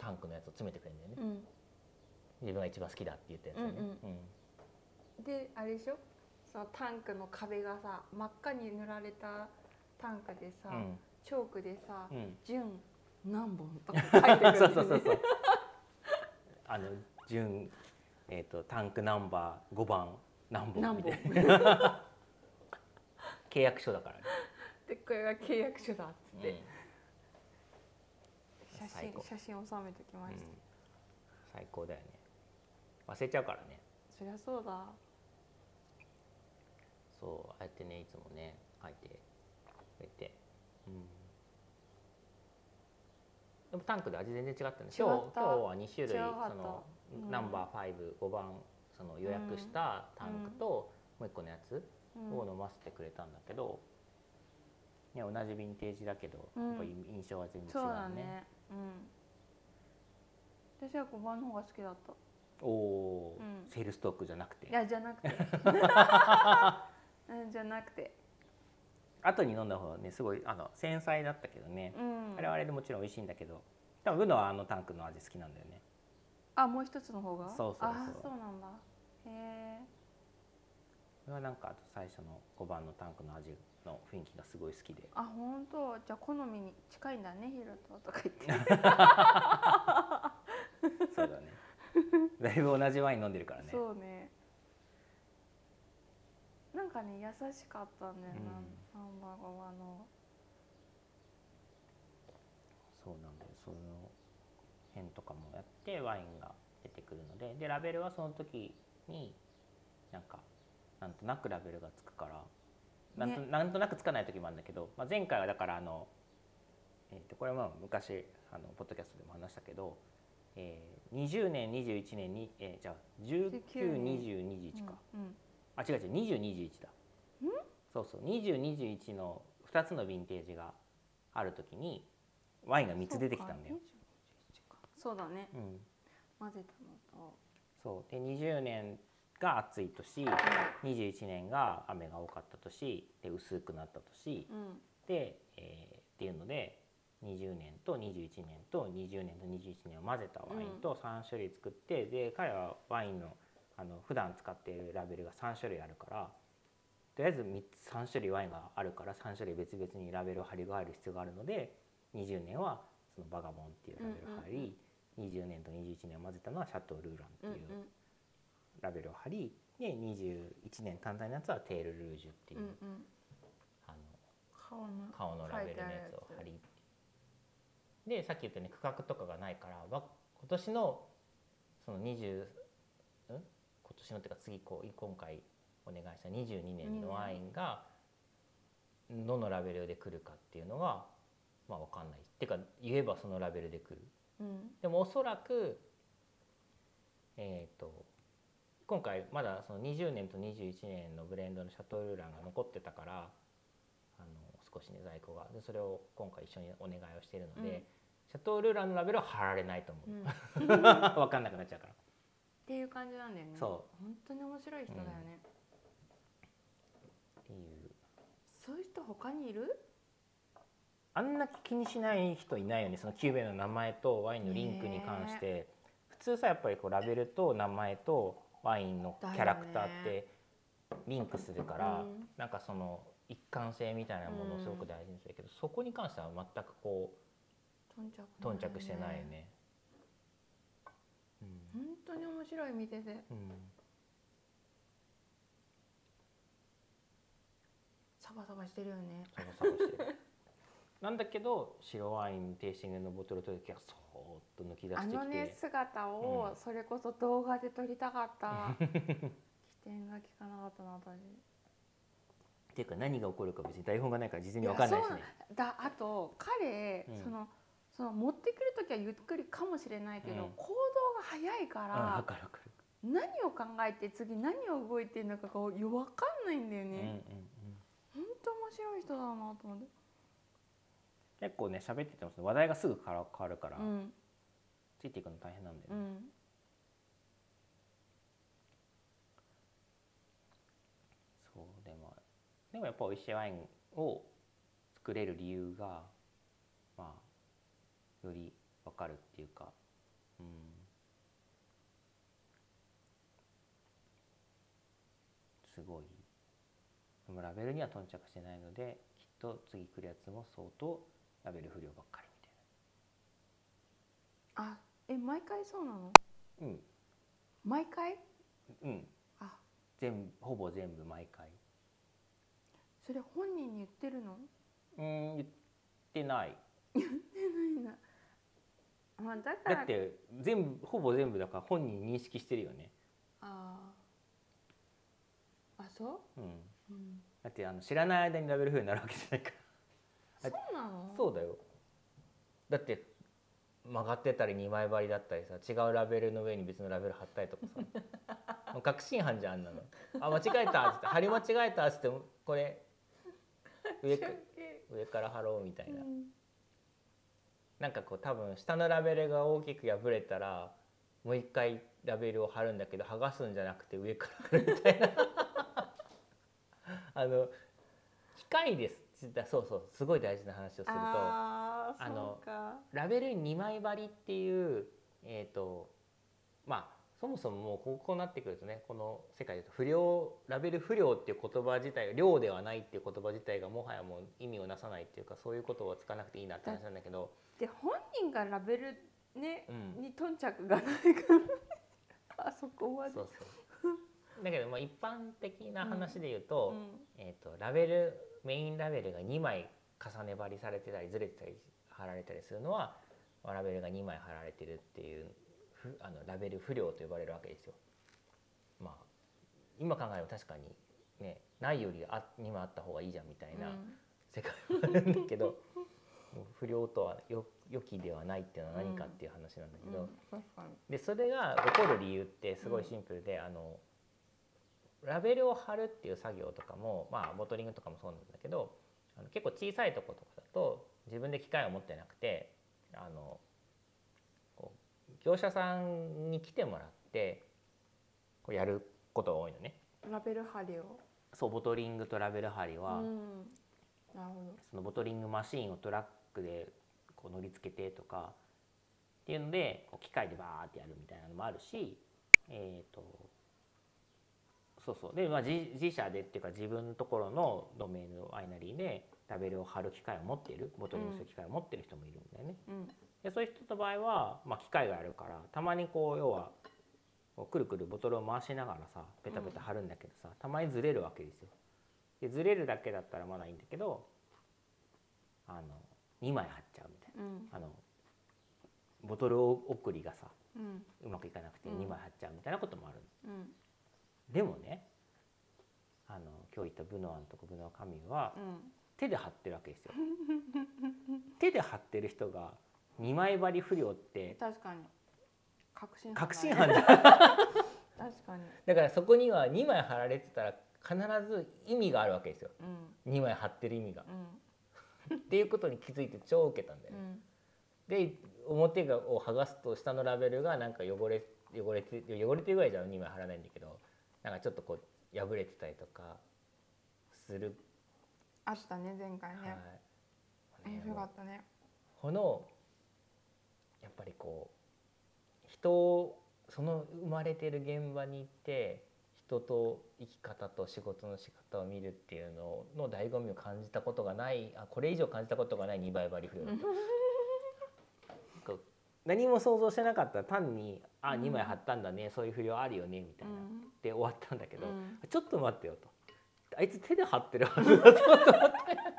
タンクのやつを詰めてくれるんだよね、 うん、 自分が一番好きだって言ったやつをね、 であれでしょ、そのタンクの壁がさ真っ赤に塗られたタンクでさ、チョークでさ「純何本」とか書いてくるんだよね。 そう純タンクナンバー5番何本みたいな契約書だからね。 でこれが契約書だっつって、写真を収めてきました、 最高だよね。忘れちゃうからね。 そりゃそうだ。 そうああやってねいつもね書いてくれて、でもタンクで味全然違ったね。今日は2種類そのナンバー5番その予約したタンクともう一個のやつを飲ませてくれたんだけど、ね、同じヴィンテージだけどやっぱり印象は全然違うね。 そうだね、私は5番の方が好きだった。 おお、セールストークじゃなくて。 いやじゃなくてじゃなくて後に飲んだ方がねすごい繊細だったけどね、あれはあれでもちろん美味しいんだけど、多分ブノはタンクの味好きなんだよね。 あ、もう一つの方が。 そうあ、そうなんだ。へえ。 これはなんかあと最初の5番のタンクの味の雰囲気がすごい好きで。 あ、本当。じゃあ好みに近いんだね、ヒロトとか言って。 そうだね。だいぶ同じワイン飲んでるからね。 そうね。なんかね優しかったね、ナンバー5番の。 そうなんだよ。その辺とかもやってワインが出てくるので、ラベルはその時になんかなんとなくラベルがつくから、なんとなくつかない時もあるんだけど、前回はだからこれは昔ポッドキャストでも話したけど、20年21年に、じゃあ192021か、あ違う2021だ。そう2021の2つのヴィンテージがある時にワインが3つ出てきたんだよ。 そうだね、混ぜたのと。そうで20年が暑い年、21年が雨が多かった年で薄くなった年、で、っていうので20年と21年と20年と21年を混ぜたワインと3種類作って、で彼はワインの普段使っているラベルが3種類あるから、とりあえず3種類ワインがあるから3種類別々にラベルを貼り替える必要があるので、20年はそのバガボンっていうラベルを貼り、20年と21年を混ぜたのはシャトールーランっていうラベルを貼り、で21年単体のやつはテールルージュっていう、顔のラベルのやつを貼り、でさっき言ったように区画とかがないから、今年のその今年のっていうか今回お願いした22年のワインがどのラベルで来るかっていうのは分かんないっていうか、言えばそのラベルで来る、でもおそらく今回まだその20年と21年のブレンドのシャトールーランが残ってたから、少しね在庫がで、それを今回一緒にお願いをしているので、シャトールーランのラベルは貼られないと思う、分かんなくなっちゃうからっていう感じなんだよね。そう本当に面白い人だよね、 っていう。 そういう人他にいる？ あんな気にしない人いないよね。そのキューベの名前とワインのリンクに関して、普通さやっぱりこうラベルと名前とワインのキャラクターってリンクするから、なんかその一貫性みたいなものをすごく大事にするけど、そこに関しては全くこう頓着してないよね。 本当に面白い見てて、サバサバしてるよね。 サバサバしてるなんだけど白ワインテイスティングのボトルを取る時はそーっと抜き出してきて、 姿をそれこそ動画で撮りたかった起点が効かなかったな私。 っていうか何が起こるか別に台本がないから事前に分かんないしね。 あと彼、その持ってくる時はゆっくりかもしれないけど、行動が早いから、何を考えて次何を動いてるのかが分かんないんだよね。本当面白い人だなと思って。 結構ね喋ってても話題がすぐ変わるから、ついていくの大変なんだよね。そうでもやっぱ美味しいワインを作れる理由がより分かるっていうか、 うん、すごい。でもラベルには頓着してないので、きっと次来るやつも相当ラベル不良ばっかりみあ、毎回そうなの？ たいな。 毎回？ うん、 あ、 ほぼ全部毎回。 それ本人に言ってるの？ 言ってない。 言ってないな。まあ、だからだってほぼ全部だから本人認識してるよね。 そう、 だって知らない間にラベル不良になるわけじゃないから。 そうなの？ そうだよ。だって曲がってたり2枚張りだったりさ、違うラベルの上に別のラベル貼ったりとかさもう確信犯じゃん、あんなの。あ、間違えたっつって貼り間違えたっつって、これ上から貼ろうみたいな、なんかこう多分下のラベルが大きく破れたらもう一回ラベルを貼るんだけど、剥がすんじゃなくて上から貼るみたいな機械です。そうそう、すごい大事な話をすると、 そうか、 ラベル2枚張りっていうまあそもそももうこうなってくるとね、この世界でラベル不良っていう言葉自体が、良ではないっていう言葉自体がもはやもう意味をなさないっていうか、そういう言葉を使わなくていいなって話なんだけど、 で本人がラベルね、に頓着がないからあそこまで。 そうそうだけど、まあ一般的な話で言うと、メインラベルが2枚重ね張りされてたりずれてたり貼られたりするのは、ラベルが2枚貼られてるっていうラベル不良と呼ばれるわけですよ。まあ今考えれば確かにね、ないより2枚あった方がいいじゃんみたいな世界はあるんだけど、不良とは良きではないっていうのは何かっていう話なんだけど、でそれが起こる理由ってすごいシンプルで、ラベルを貼るっていう作業とかも、まあボトリングとかもそうなんだけど、結構小さいところとかだと自分で機械を持ってなくて、業者さんに来てもらってこうやることが多いのね。 ラベル貼りを。 そう、ボトリングとラベル貼りは、 なるほど。 そのボトリングマシーンをトラックでこう乗り付けてとかっていうので、こう機械でバーってやるみたいなのもあるし、そうそうで、まあ、自社でっていうか自分のところのドメインのワイナリーでラベルを貼る機械を持っている、ボトリングする機械を持っている人もいるんだよね。でそういう人の場合は、まあ、機械があるからたまにこう要はこうくるくるボトルを回しながらさペタペタ貼るんだけどさ、たまにずれるわけですよ。でずれるだけだったらまだいいんだけど、2枚貼っちゃうみたいな、ボトル送りがさ、うまくいかなくて2枚貼っちゃうみたいなこともある。でもね、今日言ったブノアンとかブノアカミュは手で貼ってるわけですよ。手で貼ってる人が2枚張り不良って確かに確信犯だ確かに。 だからそこには2枚貼られてたら必ず意味があるわけですよ、2枚貼ってる意味が、っていうことに気づいて超ウケたんだよね。で表を剥がすと下のラベルがなんか汚れてるぐらいじゃ2枚貼らないんだけど、なんかちょっとこう破れてたりとかする。 あったね前回ね。よかったね。 このやっぱりこう人をその生まれてる現場に行って人と生き方と仕事の仕方を見るっていうのの醍醐味を感じたことがない、これ以上感じたことがない2倍張り不良だった何も想像してなかったら単に2枚貼ったんだね、そういう不良あるよねみたいなで終わったんだけど、ちょっと待ってよと、あいつ手で貼ってるはずだと思って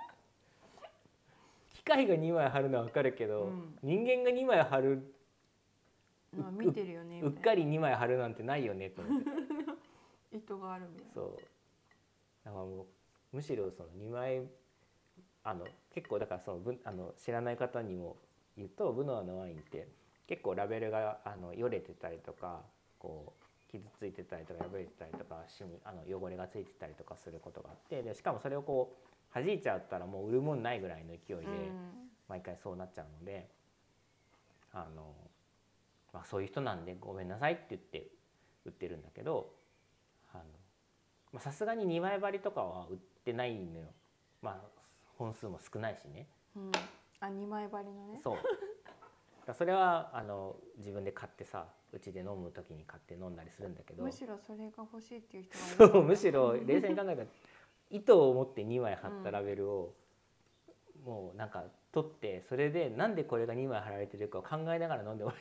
機械が2枚貼るのは分かるけど、人間が2枚貼る見てるよねうっかり2枚貼るなんてないよねと思って意図があるみたいな。 そうだからもうむしろその2枚結構だからその知らない方にも言うと、ブノアのワインって結構ラベルがよれてたりとかこう傷ついてたりとか破れてたりとか汚れがついてたりとかすることがあって、でしかもそれをこう弾いちゃったらもう売るもんないぐらいの勢いで毎回そうなっちゃうので、まあ、そういう人なんでごめんなさいって言って売ってるんだけど、さすがに2枚張りとかは売ってないのよ。まあ本数も少ないしね。 2枚張りのね。 そうだそれは自分で買ってさ、うちで飲む時に買って飲んだりするんだけど、 むしろそれが欲しいっていう人がいるそう、むしろ冷静に考えたら糸を持って2枚貼ったラベルを、もうなんか取って、それでなんでこれが2枚貼られてるかを考えながら飲んでもら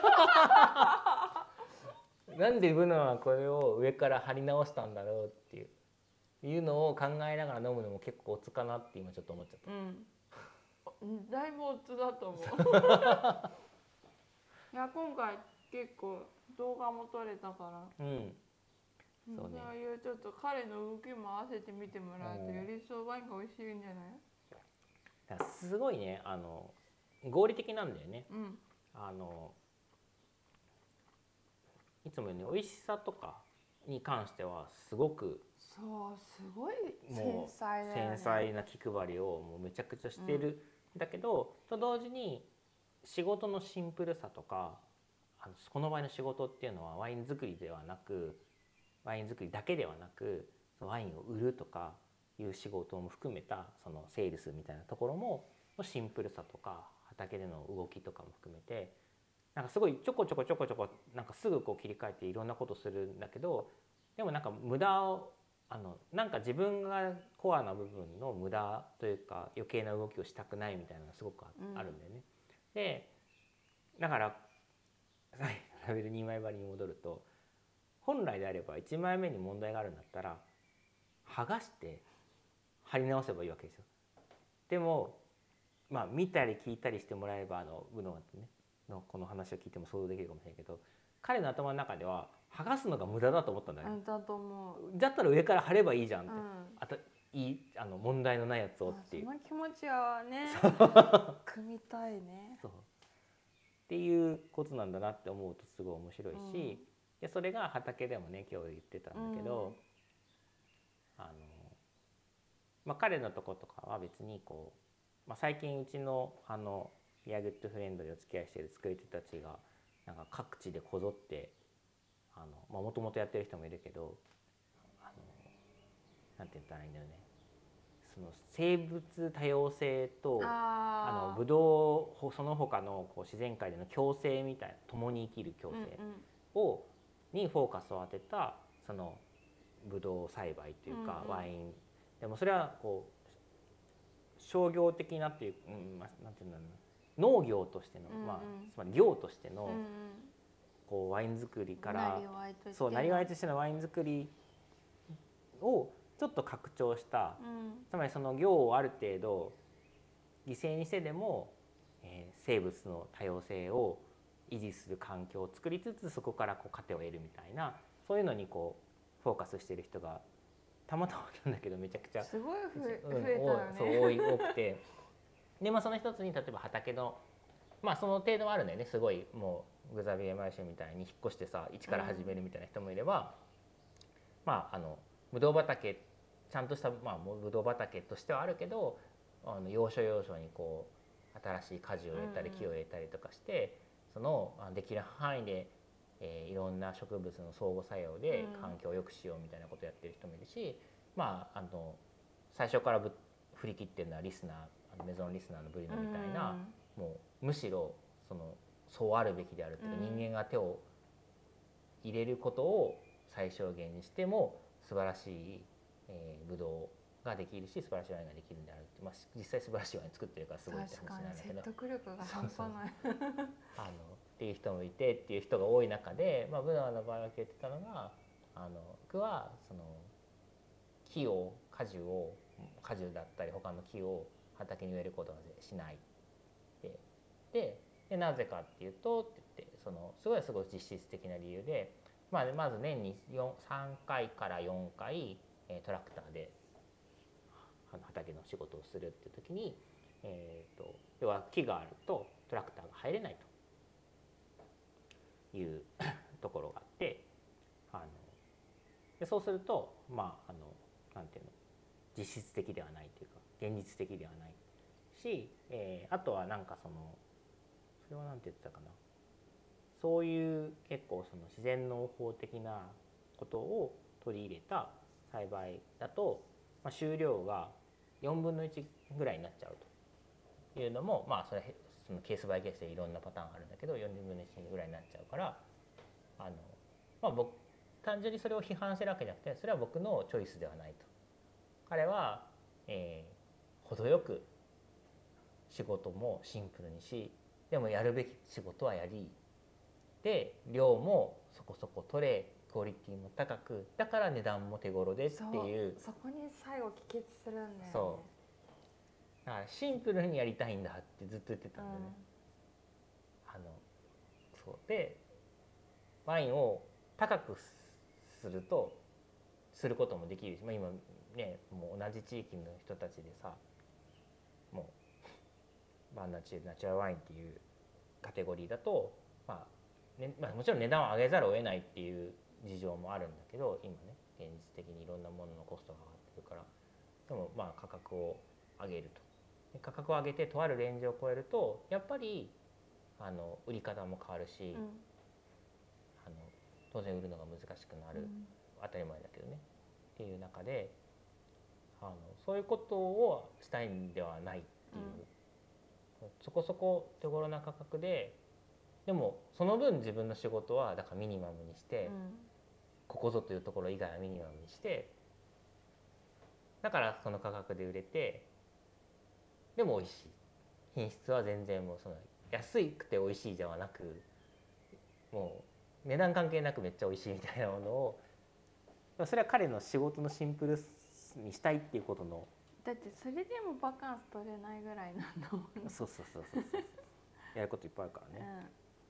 ってなんでブノはこれを上から貼り直したんだろうっていうのを考えながら飲むのも結構オツかなって今ちょっと思っちゃった。 だいぶオツだと思ういや今回結構動画も撮れたから、そうね、そういうちょっと彼の動きも合わせて見てもらうとより一層ワインが美味しいんじゃない？ だからすごいね、合理的なんだよね。いつもより美味しさとかに関してはすごく、 そうすごい繊細だよね。 繊細な気配りをもうめちゃくちゃしてるんだけど、と同時に仕事のシンプルさとか、この場合の仕事っていうのはワイン作りではなく、ワイン作りだけではなく、ワインを売るとかいう仕事も含めたそのセールスみたいなところもシンプルさとか畑での動きとかも含めて、なんかすごいちょこちょこなんかすぐこう切り替えていろんなことするんだけど、でもなんか無駄をなんか自分がコアな部分の無駄というか余計な動きをしたくないみたいなのがすごくあるんだよね。でだからラベル2枚張りに戻ると、本来であれば1枚目に問題があるんだったら剥がして貼り直せばいいわけですよ。でもまあ見たり聞いたりしてもらえばブノワねのこの話を聞いても想像できるかもしれないけど、彼の頭の中では剥がすのが無駄だと思ったんだね。 だと思う。 だったら上から貼ればいいじゃんって、問題のないやつをっていう。 その気持ちはね組みたいね。 そうっていうことなんだなって思うとすごい面白いし、でそれが畑でもね今日言ってたんだけど、彼のとことかは別にこう、最近うちのビアグッドフレンドでお付き合いしている作り手たちがなんか各地でこぞってもともとやってる人もいるけど、なんて言ったらいいんだよね、その生物多様性とブドウその他のこう自然界での共生みたいな、共に生きる共生にフォーカスを当てたそのブドウ栽培というか、ワインでもそれはこう商業的なっていう、なんていうんだろうな、農業としての、つまり業としてのこうワイン作りからなりわいとしてのワイン作りをちょっと拡張した、つまりその業をある程度犠牲にしてでも、生物の多様性を維持する環境を作りつつ、そこからこう糧を得るみたいな、そういうのにこうフォーカスしている人がたまたまなんだけどめちゃくちゃすごい増えたよね。 多くて、でその一つに例えば畑のその程度はあるんだよね。すごいもうグザビエ・マルシェみたいに引っ越してさ一から始めるみたいな人もいれば、ブドウ畑ちゃんとした、ブドウ畑としてはあるけど、要所要所にこう新しい果樹を入れたり木を入れたりとかして、そのできる範囲で、いろんな植物の相互作用で環境を良くしようみたいなことをやってる人もいるし、最初から振り切ってるのはリスナーメゾンリスナーのブリノみたいな、もうむしろそうあるべきであるというか、人間が手を入れることを最小限にしても素晴らしいブドウができるし、素晴らしいワインができるんであるって、実際素晴らしいワイン作ってるからすごいって話なんだけど、 説得力が半端ないっていう人もいてっていう人が多い中で、ブノワの場合は言ってたのが、僕はその果樹だったり他の木を畑に植えることはしないでなぜかっていうとって言って、すごい実質的な理由で、まず年に3回から4回トラクターで畑の仕事をするっていう時に、要は木があるとトラクターが入れないというところがあって、でそうするとなんていうの、実質的ではないというか現実的ではないし、あとはなんかそれはなんて言ってたかな、そういう結構その自然農法的なことを取り入れた栽培だと、収量が4分の1ぐらいになっちゃうというのも、それそのケースバイケースでいろんなパターンあるんだけど40分の1ぐらいになっちゃうから僕単純にそれを批判してるわけじゃなくてそれは僕のチョイスではないと。彼は、程よく仕事もシンプルにしでもやるべき仕事はやりで量もそこそこ取れクオリティも高くだから値段も手頃でっていう、 そこに最後帰結するんだよね。 そうだからシンプルにやりたいんだってずっと言ってたんだよね、そうでワインを高くすることもできるし、今ねもう同じ地域の人たちでさもう、ナチュラルワインっていうカテゴリーだと、もちろん値段を上げざるを得ないっていう事情もあるんだけど今ね現実的にいろんなもののコストが上がってるからでも価格を上げるとで価格を上げてとあるレンジを超えるとやっぱり売り方も変わるし、当然売るのが難しくなる、当たり前だけどねっていう中でそういうことをしたいんではないっていう、そこそこ手頃な価格ででもその分自分の仕事はだからミニマムにして、ここぞというところ以外はミニマムにしてだからその価格で売れてでも美味しい品質は全然もうその安くて美味しいではなくもう値段関係なくめっちゃ美味しいみたいなものをそれは彼の仕事のシンプルにしたいっていうことのだってそれでもバカンス取れないぐらいなんだもん。 そうやることいっぱいあるからね、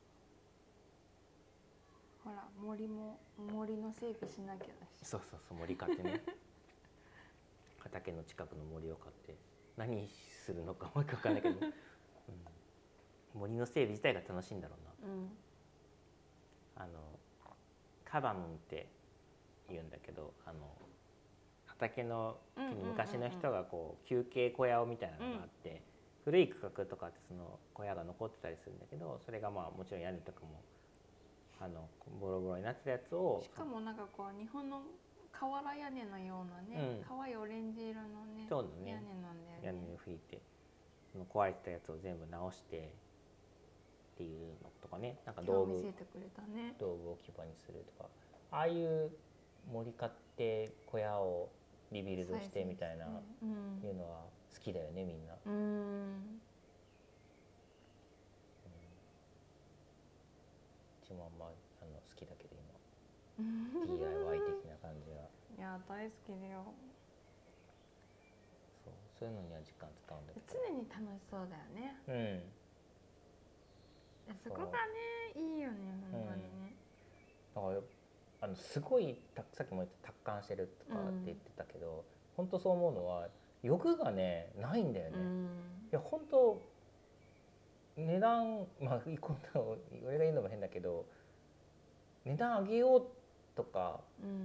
ほら森の整備しなきゃだしそう森買ってね畑の近くの森を買って何するのかもよく分かんないけど、森の整備自体が楽しいんだろうな、カバムンって言うんだけど畑の昔の人がこう休憩小屋みたいなのがあって、古い区画とかってその小屋が残ってたりするんだけどそれがもちろん屋根とかもボロボロになってたやつをしかもなんかこう日本の瓦屋根のようなね、可愛いオレンジ色のねそうだね屋根なんだよね。 屋根を拭いてその壊れてたやつを全部直してっていうのとかねなんか道具見せてくれたね。 道具を置き場にするとかああいう森買って小屋をリビルドしてみたいないうのは好きだよねみんな。うちも好きだけど今DIY 的な感じは。 いや大好きだよ。 そういうのには時間使うんだけど常に楽しそうだよね。そこがねいいよね本当にね。 だからすごいさっきも言った達観してるとかって言ってたけど、本当そう思うのは欲がねないんだよね。いや本当値段俺が言うのも変だけど値段上げようとか、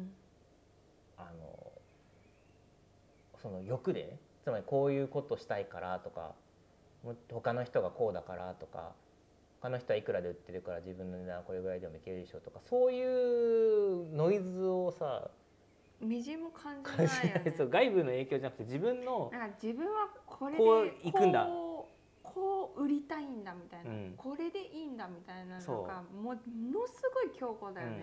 その欲でつまりこういうことしたいからとか他の人がこうだからとか他の人はいくらで売ってるから自分の値段はこれぐらいでもいけるでしょとかそういうノイズをさみじんも感じないよね。 そう外部の影響じゃなくて自分のなんか自分はこれでこういくんだこう売りたいんだみたいな、これでいいんだみたいなのがものすごい強固だよね。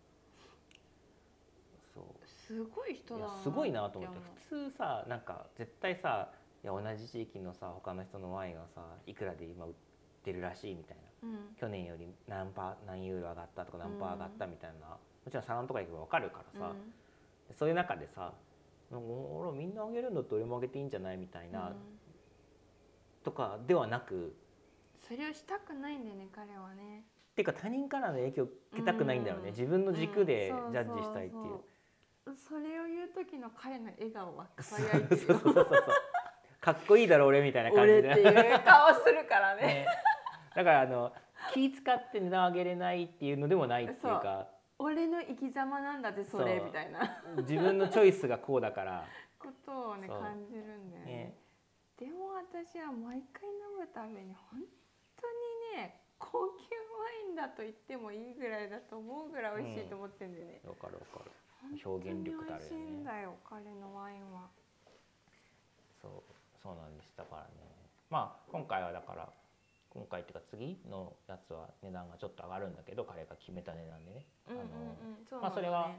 すごい人だな。 すごいなと思って普通さなんか絶対さいや同じ地域のさ他の人のワインがさいくらで今売ってるらしいみたいな、去年より何ユーロ上がったとか何パー上がったみたいな、もちろんサロンとか行けば分かるからさ、そういう中でさ俺みんなあげるんだったら俺もあげていいんじゃないみたいな、とかではなくそれをしたくないんだよね彼はね。 っていうか他人からの影響を受けたくないんだよね、自分の軸でジャッジしたいっていう。 それを言う時の彼の笑顔は輝いてるよ。 かっこいいだろ俺みたいな感じで俺っていう顔するからね。 だから気使って値段上げれないっていうのでもないっていうか俺の生き様なんだぜそれみたいな自分のチョイスがこうだからことをね感じるんだよね。でも私は毎回飲むたびに本当にね高級ワインだと言ってもいいぐらいだと思うぐらい美味しいと思ってんだよね。 わかる表現力だよね。 美味しいんだよ彼のワインは。 そうなんです。だからね今回はだから今回っていうか次のやつは値段がちょっと上がるんだけど、彼が決めた値段でね、それは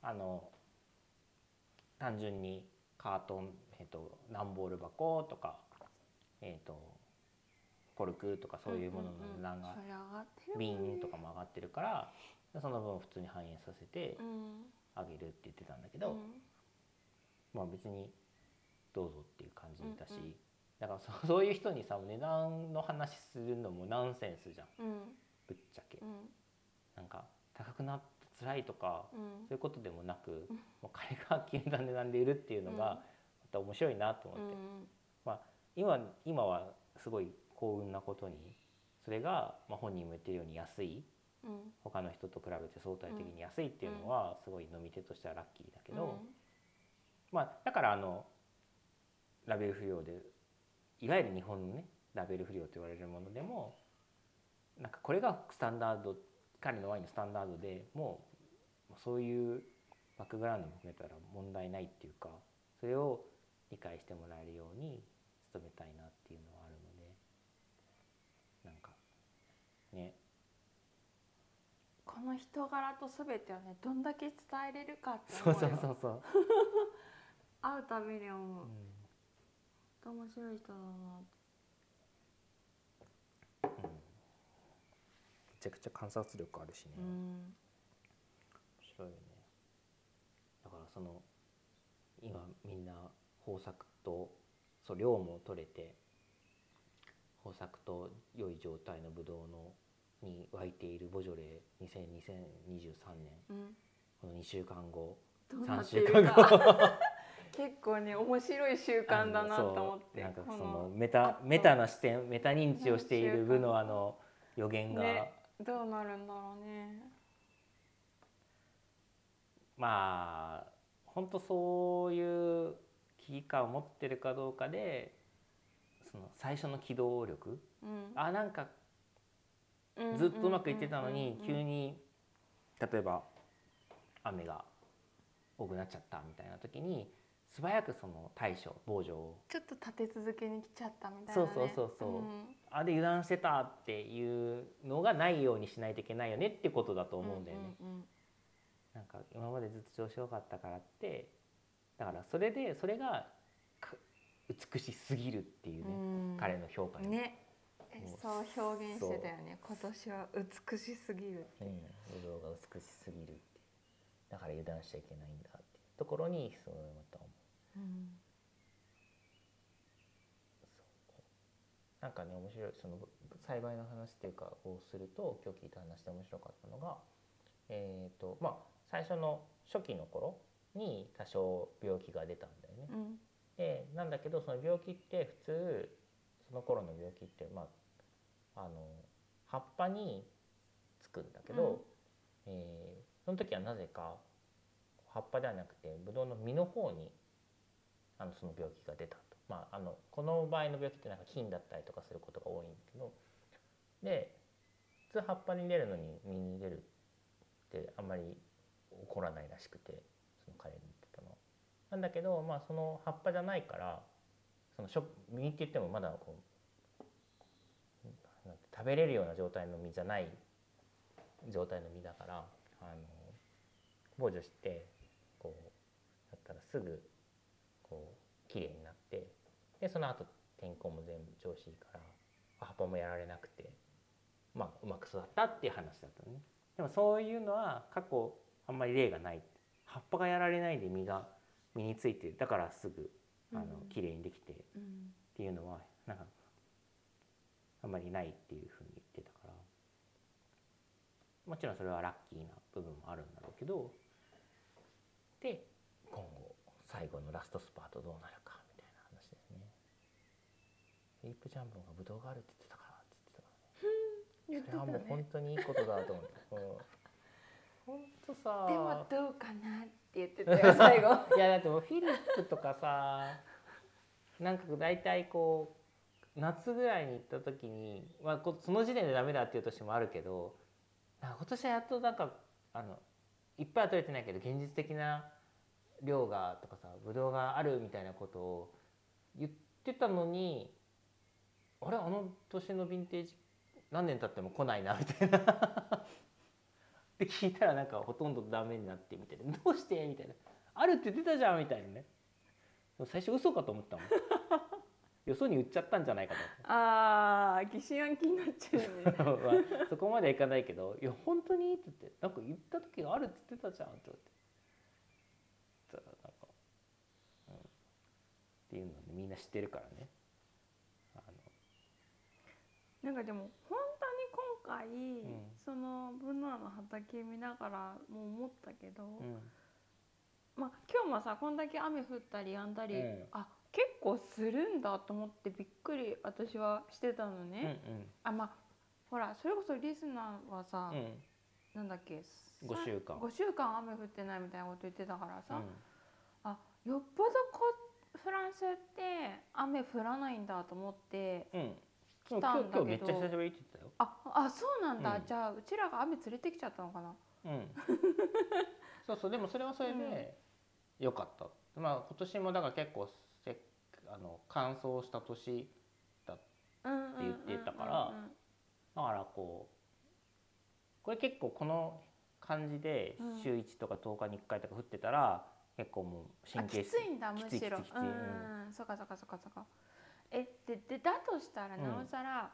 単純にカートン、段ボール箱とか、コルクとかそういうものの値段が、瓶とかも上がってるから、その分普通に反映させてあげるって言ってたんだけど、まあ別にどうぞっていう感じだし、だからそういう人にさ値段の話するのもナンセンスじゃん、ぶっちゃけ、なんか高くなって辛いとか、そういうことでもなく、もう彼が決めた値段で売るっていうのがまた面白いなと思って、まあ今はすごい幸運なことに、それがまあ本人も言ってるように安い、他の人と比べて相対的に安いっていうのはすごい飲み手としてはラッキーだけど、まあだからラベル不良で、いわゆる日本のねラベル不良と言われるものでも、なんかこれがスタンダード、彼のワインのスタンダードでもうそういうバックグラウンドも含めたら問題ないっていうか、それを理解してもらえるように努めたいなっていうのはあるので、なんかね、 この人柄と全てをねどんだけ伝えれるかってそう思うよ。 そう会うたびに思う、面白い人だなって、 めちゃくちゃ観察力あるしね、面白いよね。だから今みんな豊作と量も取れて、豊作と良い状態のブドウに湧いているボジョレー2023年、この2週間後3週間後結構ね面白い習慣だなと思って、 なんかメタな視点、メタ認知をしている部の予言が、 ね、どうなるんだろうね。 まあ本当そういう危機感を持ってるかどうかで、最初の機動力、なんかずっとうまくいってたのに急に例えば雨が多くなっちゃったみたいな時に素早く対処防除をちょっと立て続けに来ちゃったみたいなね。 そうで油断してたっていうのがないようにしないといけないよねってことだと思うんだよね。なんか今までずっと調子良かったからって、だからそれが美しすぎるっていうね、彼の評価ね、そう表現してたよね。今年は美しすぎるって、 ブドウが美しすぎるって、だから油断しちゃいけないんだっていうところにそうまた思う。なんかね面白い栽培の話っていうかをすると、今日聞いた話で面白かったのが、まあ最初の初期の頃に多少病気が出たんだよね。でなんだけどその病気って普通その頃の病気って葉っぱにつくんだけど、その時はなぜか葉っぱではなくてブドウの実の方にその病気が出たと。この場合の病気ってなんか菌だったりとかすることが多いんだけど、で普通葉っぱに出るのに実に出るってあんまり起こらないらしくて、その彼に言ってたのなんだけど、その葉っぱじゃないから、実って言ってもまだ食べれるような状態の実じゃない状態の実だから、防除してこうやったらすぐ綺麗になって、でその後天候も全部調子いいから葉っぱもやられなくて、うまく育ったっていう話だったのね。でもそういうのは過去あんまり例がない。葉っぱがやられないで実が身について、だからすぐ綺麗にできてっていうのはなんかあんまりないっていうふうに言ってたから、もちろんそれはラッキーな部分もあるんだろうけど、で今後最後のラストスパートどうなるかみたいな話ですね。フィリップ・ジャンボンがブドウがあるって言ってたからって言ってたからね。それはもう本当にいいことだと思って。本当さ。 でもどうかなって言ってたよ最後。 いやだってもうフィリップとかさ、なんか大体夏ぐらいに行った時に、その時点でダメだっていう年もあるけど、今年はやっとなんかいっぱいは取れてないけど現実的な量がとかさ、ブドウがあるみたいなことを言ってたのに、 あれあの年のヴィンテージ何年経っても来ないなみたいなで聞いたらなんかほとんどダメになってみたいな、どうしてみたいな、あるって言ってたじゃんみたいなね。最初嘘かと思ったもんよそに売っちゃったんじゃないかと思って、 ああ、疑心暗鬼になっちゃうねまあ、そこまではいかないけど「いや本当に?」って言って「なんか言った時があるって言ってたじゃん」って言ってなんか、っていうのを、ね、みんな知ってるからね。 なんかでも本当に今回、そのブナの畑見ながらも思ったけど、まあ今日もさこんだけ雨降ったりやんだり、あ結構するんだと思ってびっくり私はしてたのね。あまあほらそれこそリスナーはさ、なんだっけ 5 週間雨降ってないみたいなこと言ってたからさ、あよっぽどフランスって雨降らないんだと思って来たんだけど、 今日めっちゃ久しぶりって言ってたよ。 あそうなんだ、じゃあうちらが雨連れてきちゃったのかな。 そうそう、でもそれはそれで良かった。まあ今年もだから結構乾燥した年だって言ってたから、だからこれ結構この感じで週1とか10日に1回とか降ってたら結構もう神経質、 きついんだむしろ。そっか。でだとしたらなおさら、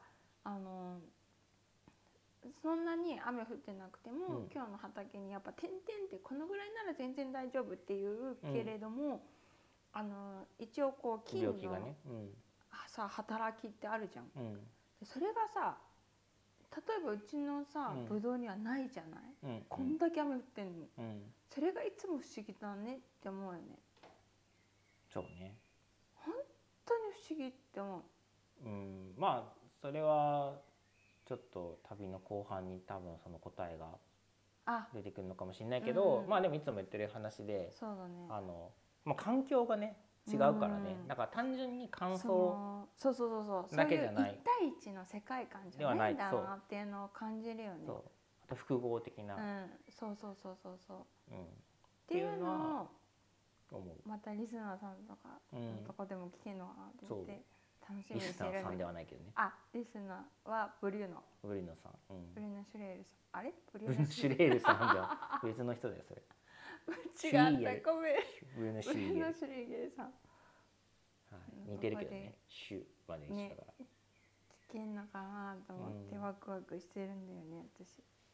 そんなに雨降ってなくても、今日の畑にやっぱ点々ってこのぐらいなら全然大丈夫っていうけれども、一応こう菌のさ働きってあるじゃん。それがさ例えばうちのさブドウにはないじゃない、こんだけ雨降ってんの、それがいつも不思議だねって思うよね。 そうね、 本当に不思議って思う。 まあそれはちょっと旅の後半に多分その答えが出てくるのかもしれないけど、まあでもいつも言ってる話で、 そうだね、 まあ、環境がね違うからね、だから単純に乾燥だけじゃない、 そういう1対1の世界観じゃないんだなっていうのを感じるよね。 そうあと複合的な、 そうっていうのをまたリスナーさんとかのとこでも聞けるのかなと思って楽しみにしてるんだけど。リスナーさんではないけどね。リスナーはブリューノさん、ブリューノ・シュレールさん、あれブリューノ・シュレールさんじゃ別の人だよそれ。 違ったごめん。 ブリューノ・シュレールさん。 似てるけどね。シュまで一緒だから。 聞けんのかなと思ってワクワクしてるんだよね私。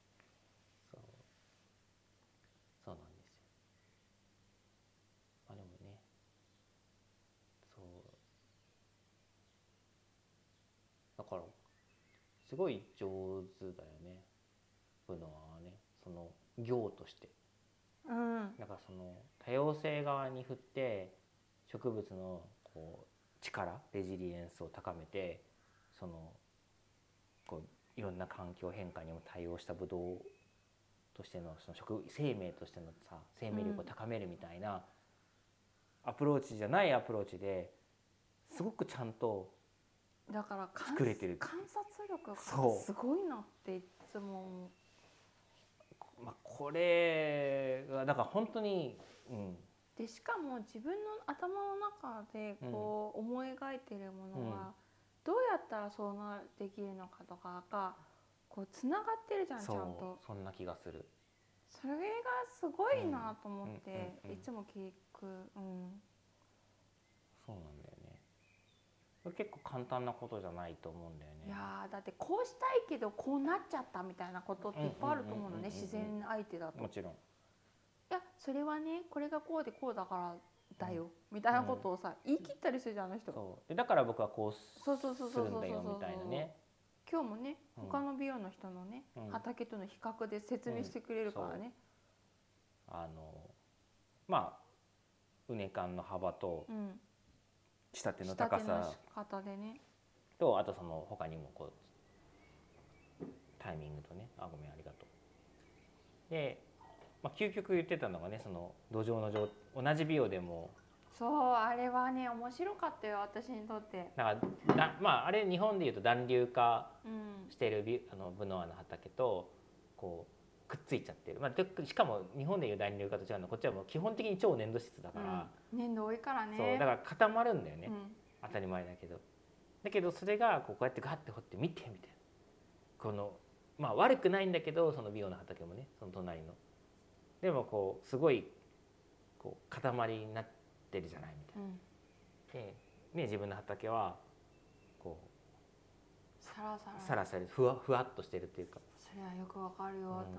そうなんですよ。まあでもね、そうだからすごい上手だよねブノワはね、その業として。だからその多様性側に振って植物のこう力レジリエンスを高めて、そのこういろんな環境変化にも対応したブドウとしてのその生命としてのさ生命力を高めるみたいなアプローチじゃないアプローチですごくちゃんと作れてる。 観察力がすごいなっていつも思う。 まあ、これがだから本当に、 でしかも自分の頭の中でこう思い描いてるものがどうやったらそうできるのかとかがこうつながってるじゃん、ちゃんと。 そんな気がする。 それがすごいなと思っていつも聞く。 そうなんだよね。結構簡単なことじゃないと思うんだよね。 いやだってこうしたいけどこうなっちゃったみたいなことっていっぱいあると思うのね、自然相手だと。 もちろん。いやそれはねこれがこうでこうだからだよ、みたいなことをさ言い切ったりするじゃんあの人。 そうでだから僕はこうするんだよみたいなね。 今日もね他の美容の人のね、畑との比較で説明してくれるからね。 まあ畝間の幅と仕立ての高さと、あとその他にもこうタイミングとね、ごめんありがとう。で、まあ、究極言ってたのがね、その土壌の同じ美容でも。 そうあれはね面白かったよ私にとって。 だからまああれ日本でいうと暖流化しているブノワの畑とこうくっついちゃってる、まあ、しかも日本でいう暖流化と違うのはこっちはもう基本的に超粘土質だから、 粘土多いからね。 そうだから固まるんだよね、当たり前だけど。 だけどそれがこうやってガッて掘って見てみたいな、このまあ悪くないんだけど、そのビオの畑もね、その隣のでもこうすごいこう塊になってるじゃないみたいな、で、ね、自分の畑はこうサラサラふわっとしてるっていうか、 それはよくわかるよと思って、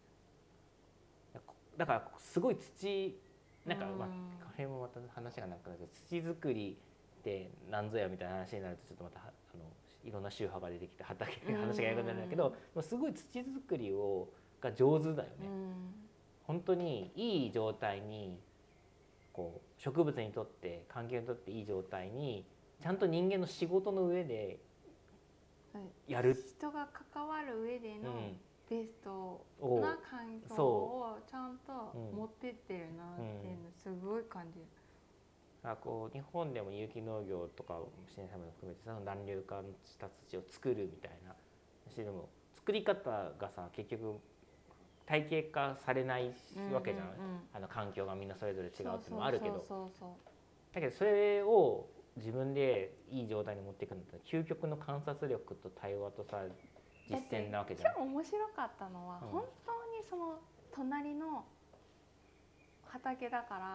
だからすごい土なんか、まあ、これもまた話がなくなるけど、土作りって何ぞやみたいな話になるとちょっとまたいろんな宗派が出てきて話がややこしくなるんだけど、すごい土作りが上手だよね。本当にいい状態にこう植物にとって環境にとっていい状態にちゃんと人間の仕事の上でやる、 人が関わる上でのベストな環境をちゃんと持ってってるなっていうのすごい感じる。 こう日本でも有機農業とか自然栽培も含めてその暖流化した土を作るみたいな話でも、作り方がさ結局体系化されないわけじゃん、環境がみんなそれぞれ違うっていうのもあるけど、だけどそれを自分でいい状態に持っていくんだったら究極の観察力と対話とさ実践なわけじゃん。 今日面白かったのは、本当にその隣の畑だから、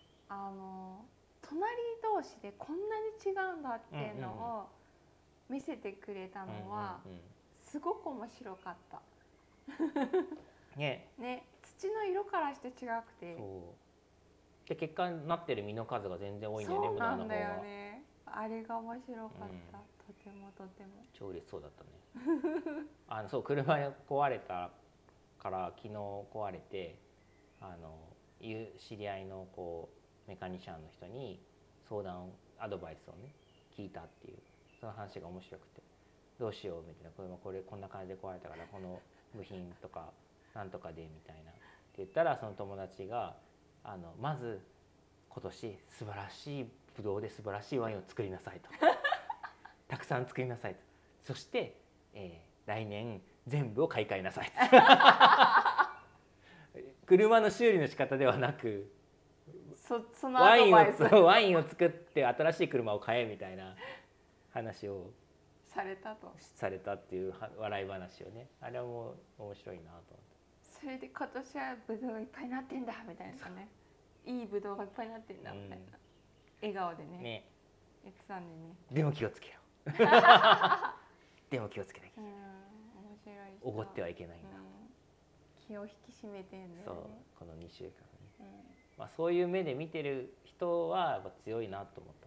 隣同士でこんなに違うんだっていうのを見せてくれたのはすごく面白かった。 ね、 土の色からして違くて、 そうで結果になってる実の数が全然多いんだよね。 そうなんだよね。あれが面白かった、とてもとても。 超嬉しそうだったね。そう車壊れたから昨日壊れて、知り合いのこうメカニシャンの人に相談アドバイスをね聞いたっていう、その話が面白くて、どうしようみたいな、これこんな感じで壊れたからこの部品とかなんとかでみたいなって言ったら、その友達がまず今年素晴らしいブドウで素晴らしいワインを作りなさいとたくさん作りなさいと、そして、来年全部を買い替えなさい車の修理の仕方ではなくそのアドバイスワインを作って新しい車を買えみたいな話をされたっていう笑い話をね、あれはもう面白いなと思って。 それで今年はブドウがいっぱいになってんだみたいなね、いいブドウがいっぱいになってんだみたいな、笑顔でね言ってたんでね。 でも気をつけようでも気をつけなきゃいけない、 面白い。 おごってはいけないんだ、 気を引き締めてんだよね。 そう、この2週間ね、まあ、そういう目で見てる人はやっぱ強いなと思った。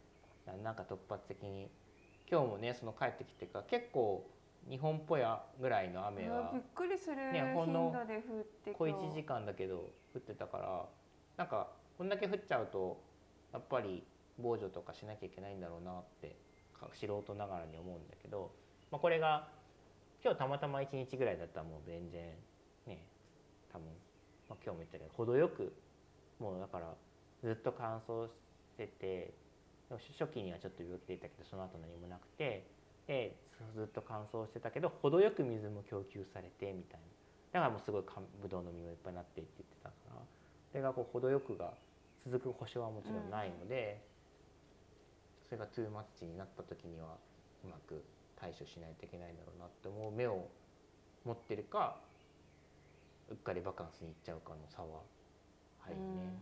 なんか突発的に今日もね、その帰ってきてから結構日本っぽやぐらいの雨がびっくりする頻度で降って小1時間だけど降ってたから、なんかこんだけ降っちゃうとやっぱり防除とかしなきゃいけないんだろうなって素人ながらに思うんだけど、まあ、これが今日たまたま1日ぐらいだったらもう全然ね、多分、まあ、今日も言ったけど程よくもうだからずっと乾燥してて、初期にはちょっと病気でいたけどその後何もなくて、でずっと乾燥してたけど程よく水も供給されてみたいな、だからもうすごいブドウの実もいっぱいになってって言ってたから、それがこう程よくが続く保証はもちろんないので、それがトゥーマッチになった時にはうまく対処しないといけないんだろうなって思う目を持ってるか、うっかりバカンスに行っちゃうかの差はあるよね。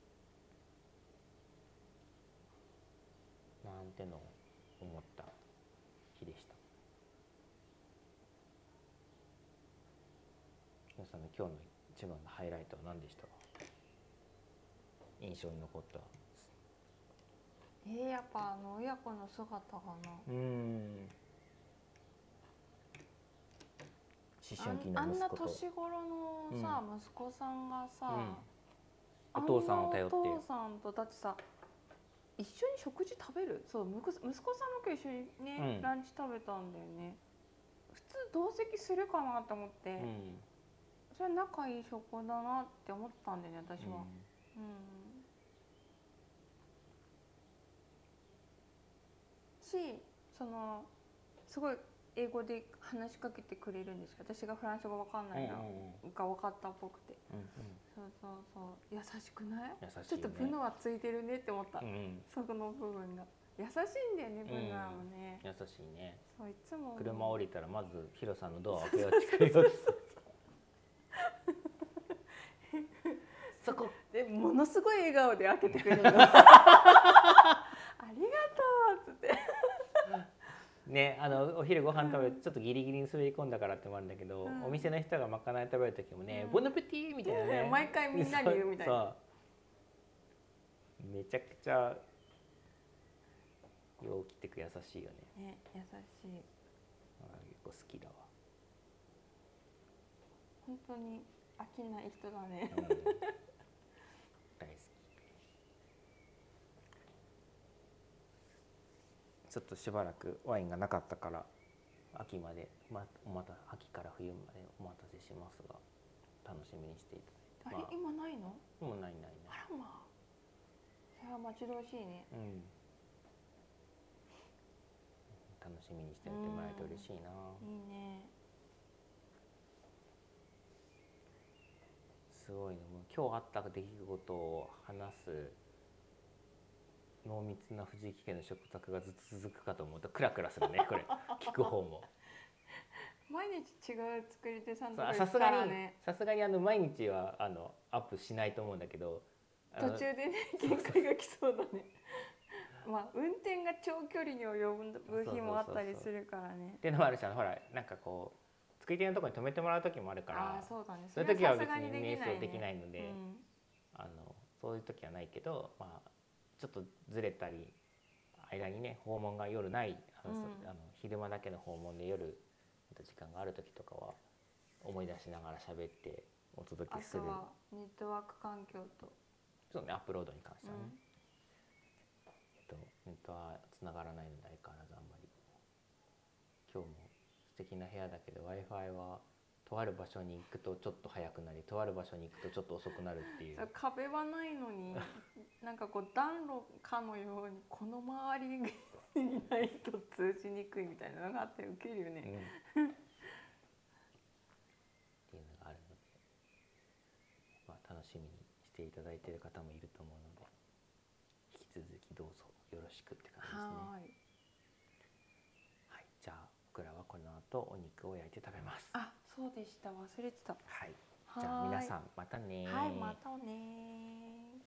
なんてのを思った日でした。皆さんの今日の一番のハイライトは何でしたか？印象に残った。 やっぱ親子の姿かな。 思春期の息子とあんな年頃のさ、息子さんがさ、 お父さんを頼ってお父さんとだってさ一緒に食事食べる、そう息子さんも今日一緒にね、ランチ食べたんだよね。普通同席するかなと思って、それ仲いい証拠だなって思ったんだよね私は。そのすごい英語で話しかけてくれるんですよ。私がフランス語わかんないのが分かったっぽくて、そう優しくない？ちょっとブノはついてるねって思った、そこの部分が優しいんだよね、ブンナーもね。 優しいね。 そういつも車降りたらまずヒロさんのドアを開けようってくるよってそこでものすごい笑顔で開けてくれるの。ありがとうっつって。 ね、お昼ご飯食べてちょっとギリギリに滑り込んだからってもあるんだけど、お店の人がまかない食べる時もね、ボナペティみたいなね、 毎回みんなに言うみたいな。 そうめちゃくちゃよう切ってく優しいよね。 ね、優しい。 結構好きだわ。 本当に飽きない人だね。 大好き。ちょっとしばらくワインがなかったから秋まで、また秋から冬までお待たせしますが、楽しみにしていただいて。 あれ、今ないの？ もうない。 あらまあ。それは待ち遠しいね。 楽しみにしておいてもらえて嬉しいな。 いいね。 すごいね。もう今日あった出来事を話す濃密な藤木家の食卓がずっと続くかと思うとクラクラするね。これ聞く方も。 毎日違う作り手さんとかさすがに毎日はアップしないと思うんだけど、 途中でね限界が来そうだね。まあ運転が長距離に及ぶ日もあったりするからね。 っていうのもあるし、ほらなんかこう作り手のところに止めてもらう時もあるから、 そうだね。 そういう時は別に瞑想できないので、そういう時はないけど、まあちょっとずれたり間にね訪問が夜ない昼間だけの訪問で夜時間がある時とかは思い出しながら喋ってお届けする。 あとはネットワーク環境と。 そうね、アップロードに関してはね。ネットは繋がらないので相変わらずあんまり。今日も素敵な部屋だけど Wi-Fi はとある場所に行くとちょっと早くなり、とある場所に行くとちょっと遅くなるっていう。 壁はないのになんかこう暖炉かのようにこの周りにないと通じにくいみたいなのがあってウケるよね。っていうのがあるので、まあ、楽しみにしていただいている方もいると思うので、引き続きどうぞよろしくって感じですね。はい、じゃあ僕らはこの後お肉を焼いて食べます。 あ、そうでした、忘れてた。 はい、じゃあ皆さんまたね。 はい、またね。